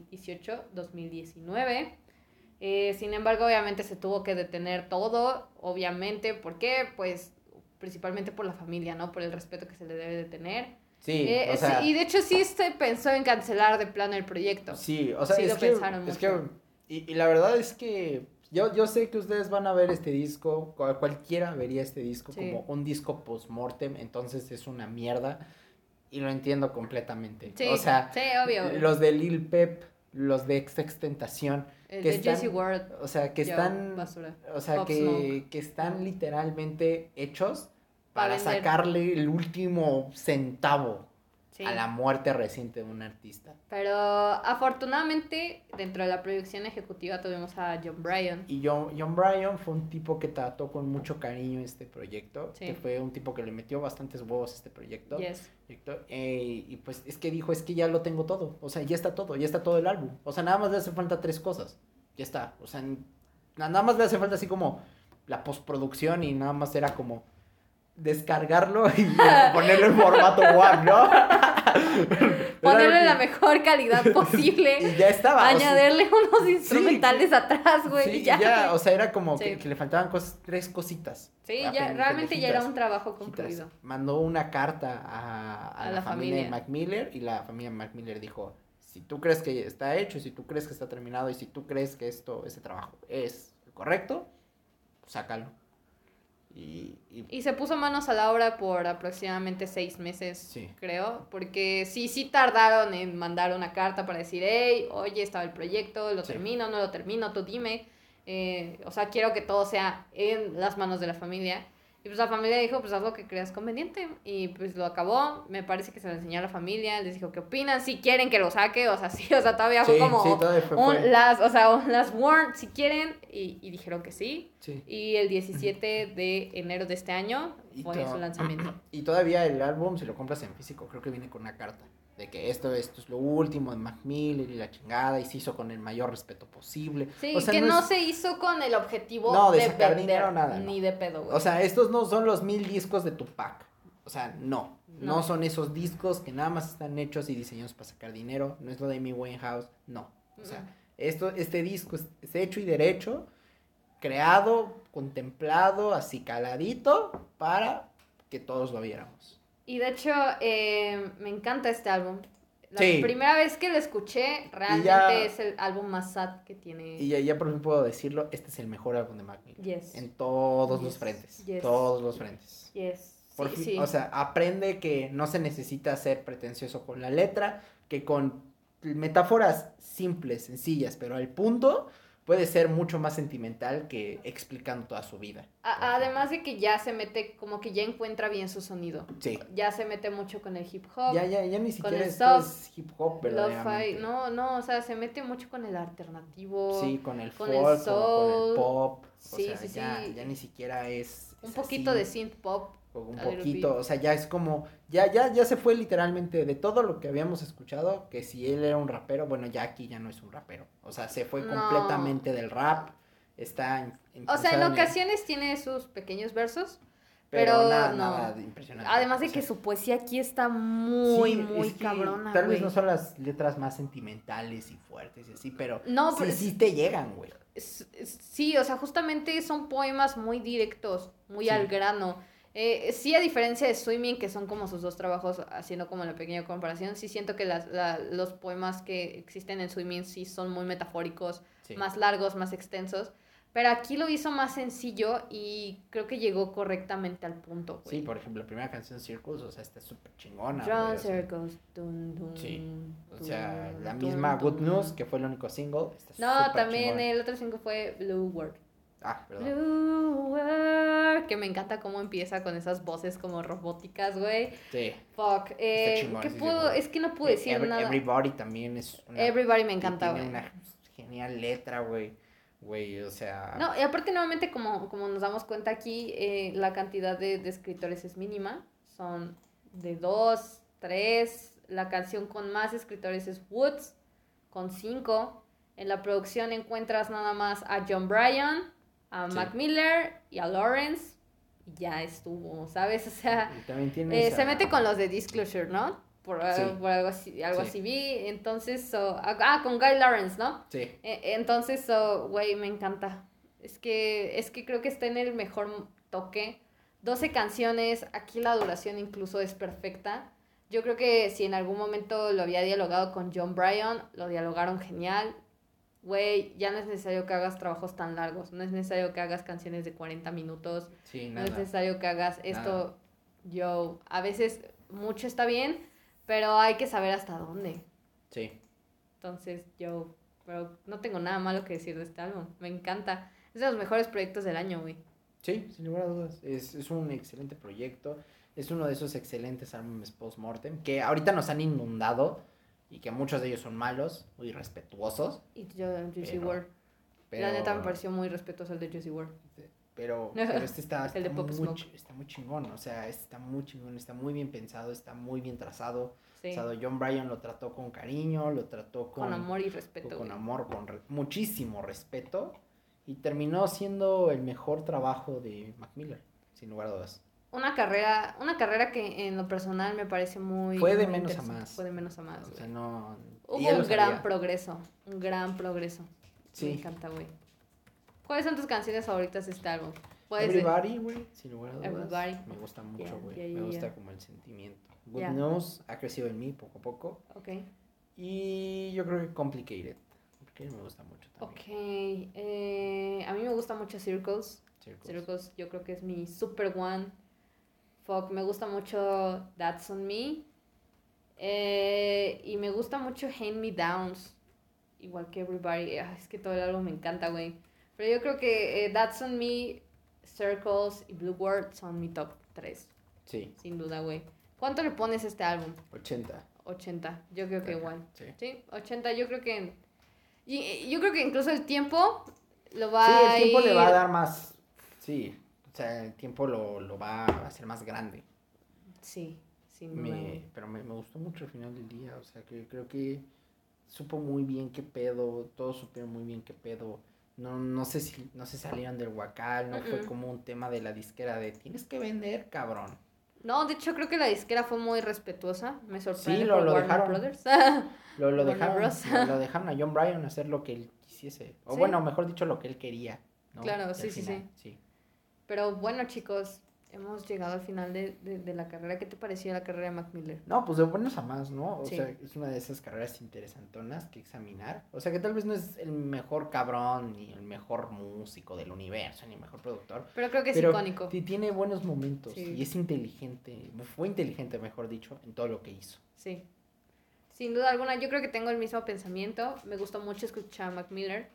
2018-2019. Sin embargo, obviamente se tuvo que detener todo, obviamente, ¿por qué? Pues principalmente por la familia, ¿no? Por el respeto que se le debe de tener. Sí, o sea... Y de hecho sí se pensó en cancelar de plano el proyecto. Sí, o sea, sí pensaron mucho. Y la verdad es que yo sé que ustedes van a ver este disco, cualquiera vería este disco como un disco post-mortem, entonces es una mierda, y lo entiendo completamente. Sí, o sea, sí, obvio. Los de Lil Peep, los de XXXTentacion, el de Juicy WRLD, o sea, que están, basura. O sea, que están literalmente hechos para vender. Sacarle el último centavo a la muerte reciente de un artista. Pero afortunadamente dentro de la producción ejecutiva tuvimos a John Bryan. Y John Bryan fue un tipo que trató con mucho cariño este proyecto, que fue un tipo que le metió bastantes huevos a este proyecto. Y pues es que dijo, es que ya lo tengo todo, o sea, ya está todo el álbum, o sea, nada más le hace falta 3 cosas, ya está, o sea, nada más le hace falta así como la postproducción y nada más era como descargarlo y ponerlo en formato WAV, ¿no? Ponerle la mejor calidad posible. Y ya estaba. Añadirle unos instrumentales atrás, güey. Sí, ya, o sea, era como que le faltaban 3 cositas. Sí, ya, realmente ya era un trabajo concluido. Mandó una carta a la familia de Mac Miller y la familia de Mac Miller dijo, si tú crees que está hecho, si tú crees que está terminado y si tú crees que este trabajo es correcto, pues sácalo. Y se puso manos a la obra por aproximadamente 6 meses, creo, porque sí tardaron en mandar una carta para decir, hey, oye, estaba el proyecto, lo termino, no lo termino, tú dime, o sea, quiero que todo sea en las manos de la familia. Y pues la familia dijo, pues haz lo que creas conveniente. Y pues lo acabó, me parece que se lo enseñó a la familia, les dijo qué opinan, si quieren que lo saque, o sea, todavía fue como las warn, si quieren, y dijeron que sí. Y el 17 de enero de este año fue su lanzamiento. Y todavía el álbum, si lo compras en físico, creo que viene con una carta de que esto es lo último de Mac Miller y la chingada, y se hizo con el mayor respeto posible. Sí, o sea, que no se hizo con el objetivo de sacar dinero, nada. Ni de pedo, güey. O sea, estos no son los 1000 discos de Tupac. O sea, no son esos discos que nada más están hechos y diseñados para sacar dinero. No es lo de Amy Winehouse, no. O sea, este disco es hecho y derecho, creado, contemplado, acicaladito para que todos lo viéramos. Y de hecho, me encanta este álbum. La primera vez que lo escuché, realmente es el álbum más sad que tiene. Y ya por fin puedo decirlo, este es el mejor álbum de Mac Miller. En todos los frentes. Todos los frentes. Por fin, o sea, aprende que no se necesita ser pretencioso con la letra, que con metáforas simples, sencillas, pero al punto, puede ser mucho más sentimental que explicando toda su vida. Además de que ya se mete, como que ya encuentra bien su sonido. Sí. Ya se mete mucho con el hip hop. Ya ni siquiera esto es hip hop, verdaderamente. No, o sea, se mete mucho con el alternativo. Sí, con el con folk, el soul. con el pop. Sí, o sea, ya ni siquiera es un poquito así, de synth pop. un poquito, o sea, ya es como, ya se fue literalmente de todo lo que habíamos escuchado, que si él era un rapero, bueno, ya aquí ya no es un rapero. O sea, se fue completamente del rap. Está o sea, en ocasiones tiene sus pequeños versos, pero nada de impresionante. Además de que su poesía aquí está muy cabrona, tal vez no son las letras más sentimentales y fuertes y así, pero sí te llegan, güey. Sí, o sea, justamente son poemas muy directos, muy al grano. Sí, a diferencia de Swimming, que son como sus dos trabajos, haciendo como la pequeña comparación, sí siento que los poemas que existen en Swimming sí son muy metafóricos, más largos, más extensos. Pero aquí lo hizo más sencillo y creo que llegó correctamente al punto, güey. Sí, por ejemplo, la primera canción Circles, o sea, está súper chingona, güey. Circles, dun, dun, sí, o sea, la misma Good News, que fue el único single, está también chingona. El otro single fue Blue World. Perdón. Blue World, que me encanta cómo empieza con esas voces como robóticas, güey. Sí. Fuck. Es que no puedo decir nada. Everybody también es Everybody me encanta, güey. Tiene una genial letra, güey. Güey, o sea... No, y aparte nuevamente como nos damos cuenta aquí, la cantidad de escritores es mínima. Son de 2, 3. La canción con más escritores es Woods, con 5. En la producción encuentras nada más a John Bryan, a Mac Miller y a Lawrence. Y ya estuvo, ¿sabes? O sea, se mete con los de Disclosure, ¿no? Por algo así vi. Entonces, con Guy Lawrence, ¿no? Sí. Entonces, güey, me encanta. Es que creo que está en el mejor toque. 12 canciones, aquí la duración incluso es perfecta. Yo creo que si en algún momento lo había dialogado con John Bryan, lo dialogaron genial. Güey, ya no es necesario que hagas trabajos tan largos. No es necesario que hagas canciones de 40 minutos. Sí, nada. No es necesario que hagas esto. A veces mucho está bien, pero hay que saber hasta dónde. Sí. Entonces, pero no tengo nada malo que decir de este álbum. Me encanta. Es de los mejores proyectos del año, güey. Sí, sin lugar a dudas. Es un excelente proyecto. Es uno de esos excelentes álbumes post-mortem que ahorita nos han inundado y que muchos de ellos son malos, muy irrespetuosos. Y Juicy WRLD. La neta me pareció muy respetuoso el de Juicy WRLD. Pero este está el de Pop Smoke. Está muy chingón, o sea, está muy chingón, está muy bien pensado, está muy bien trazado. Sí. O sea, John Bryan lo trató con cariño, lo trató con amor y respeto. Con amor, muchísimo respeto. Y terminó siendo el mejor trabajo de Mac Miller, sin lugar a dudas. Una carrera que en lo personal me parece muy... Fue de menos a más. Fue de menos a más, o sea, no... Hubo un gran progreso. Sí. Me encanta, güey. ¿Cuáles son tus canciones favoritas de este álbum? Everybody, güey, sin lugar a dudas. Everybody. Me gusta mucho, güey. Me gusta como el sentimiento. Good News ha crecido en mí poco a poco. Ok. Y yo creo que Complicated. Porque me gusta mucho también. Ok. A mí me gusta mucho Circles. Circles yo creo que es mi super one. Fuck, me gusta mucho That's On Me. Y me gusta mucho Hand Me Downs. Igual que Everybody. Es que todo el álbum me encanta, güey. Pero yo creo que That's On Me, Circles y Blue World son mi top 3. Sí. Sin duda, güey. ¿Cuánto le pones a este álbum? 80. 80. Yo creo que igual. Sí. 80. Yo creo que... Yo creo que incluso el tiempo lo va a el tiempo le va a dar más... Sí. O sea, el tiempo lo va a hacer más grande. Sí, sin duda. Pero me gustó mucho el final del día. O sea, que creo que supo muy bien qué pedo. Todos supieron muy bien qué pedo. No sé si no se salieron del huacal. No fue como un tema de la disquera de tienes que vender, cabrón. No, de hecho creo que la disquera fue muy respetuosa. Me sorprende. Sí, lo Warner dejaron. Brothers. lo dejaron a John Bryan hacer lo que él quisiese. O bueno, mejor dicho, lo que él quería, ¿no? Claro, sí. Pero bueno, chicos, hemos llegado al final de la carrera. ¿Qué te pareció la carrera de Mac Miller? No, pues de buenos a más, ¿no? O sea, es una de esas carreras interesantonas que examinar. O sea, que tal vez no es el mejor cabrón, ni el mejor músico del universo, ni el mejor productor. Pero creo que es icónico. Tiene buenos momentos y es inteligente. Fue inteligente, mejor dicho, en todo lo que hizo. Sí. Sin duda alguna, yo creo que tengo el mismo pensamiento. Me gustó mucho escuchar a Mac Miller.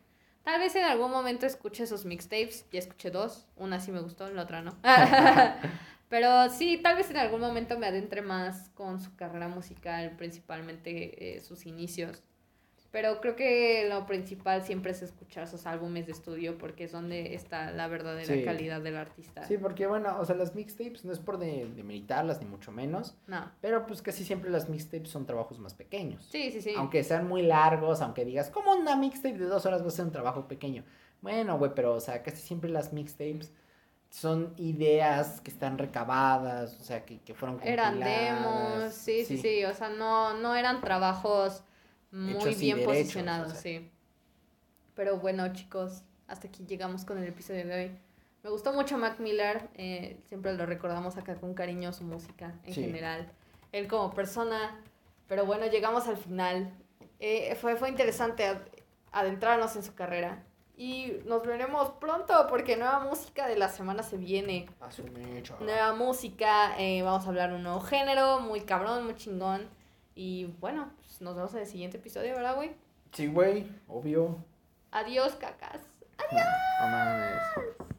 Tal vez en algún momento escuche sus mixtapes. Ya escuché 2. Una sí me gustó, la otra no. Pero sí, tal vez en algún momento me adentre más con su carrera musical, principalmente sus inicios. Pero creo que lo principal siempre es escuchar sus álbumes de estudio porque es donde está la verdadera calidad del artista. Sí, porque bueno, o sea, las mixtapes no es por demeritarlas ni mucho menos. No. Pero pues casi siempre las mixtapes son trabajos más pequeños. Sí, sí, sí. Aunque sean muy largos, aunque digas, ¿cómo una mixtape de 2 horas va a ser un trabajo pequeño? Bueno, güey, pero o sea, casi siempre las mixtapes son ideas que están recabadas, o sea, que fueron compiladas. Eran demos, sí, o sea, no eran trabajos muy hechos bien derechos, posicionados, o sea. sí. Pero bueno, chicos, hasta aquí llegamos con el episodio de hoy. Me gustó mucho Mac Miller, siempre lo recordamos acá con cariño, su música en general, él como persona, pero bueno, llegamos al final. Fue interesante adentrarnos en su carrera. Y nos veremos pronto porque nueva música de la semana se viene. Nueva música, vamos a hablar de un nuevo género, muy cabrón, muy chingón. Y bueno, pues nos vemos en el siguiente episodio, ¿verdad, güey? Sí, güey, obvio. Adiós, cacas. Adiós. No mames.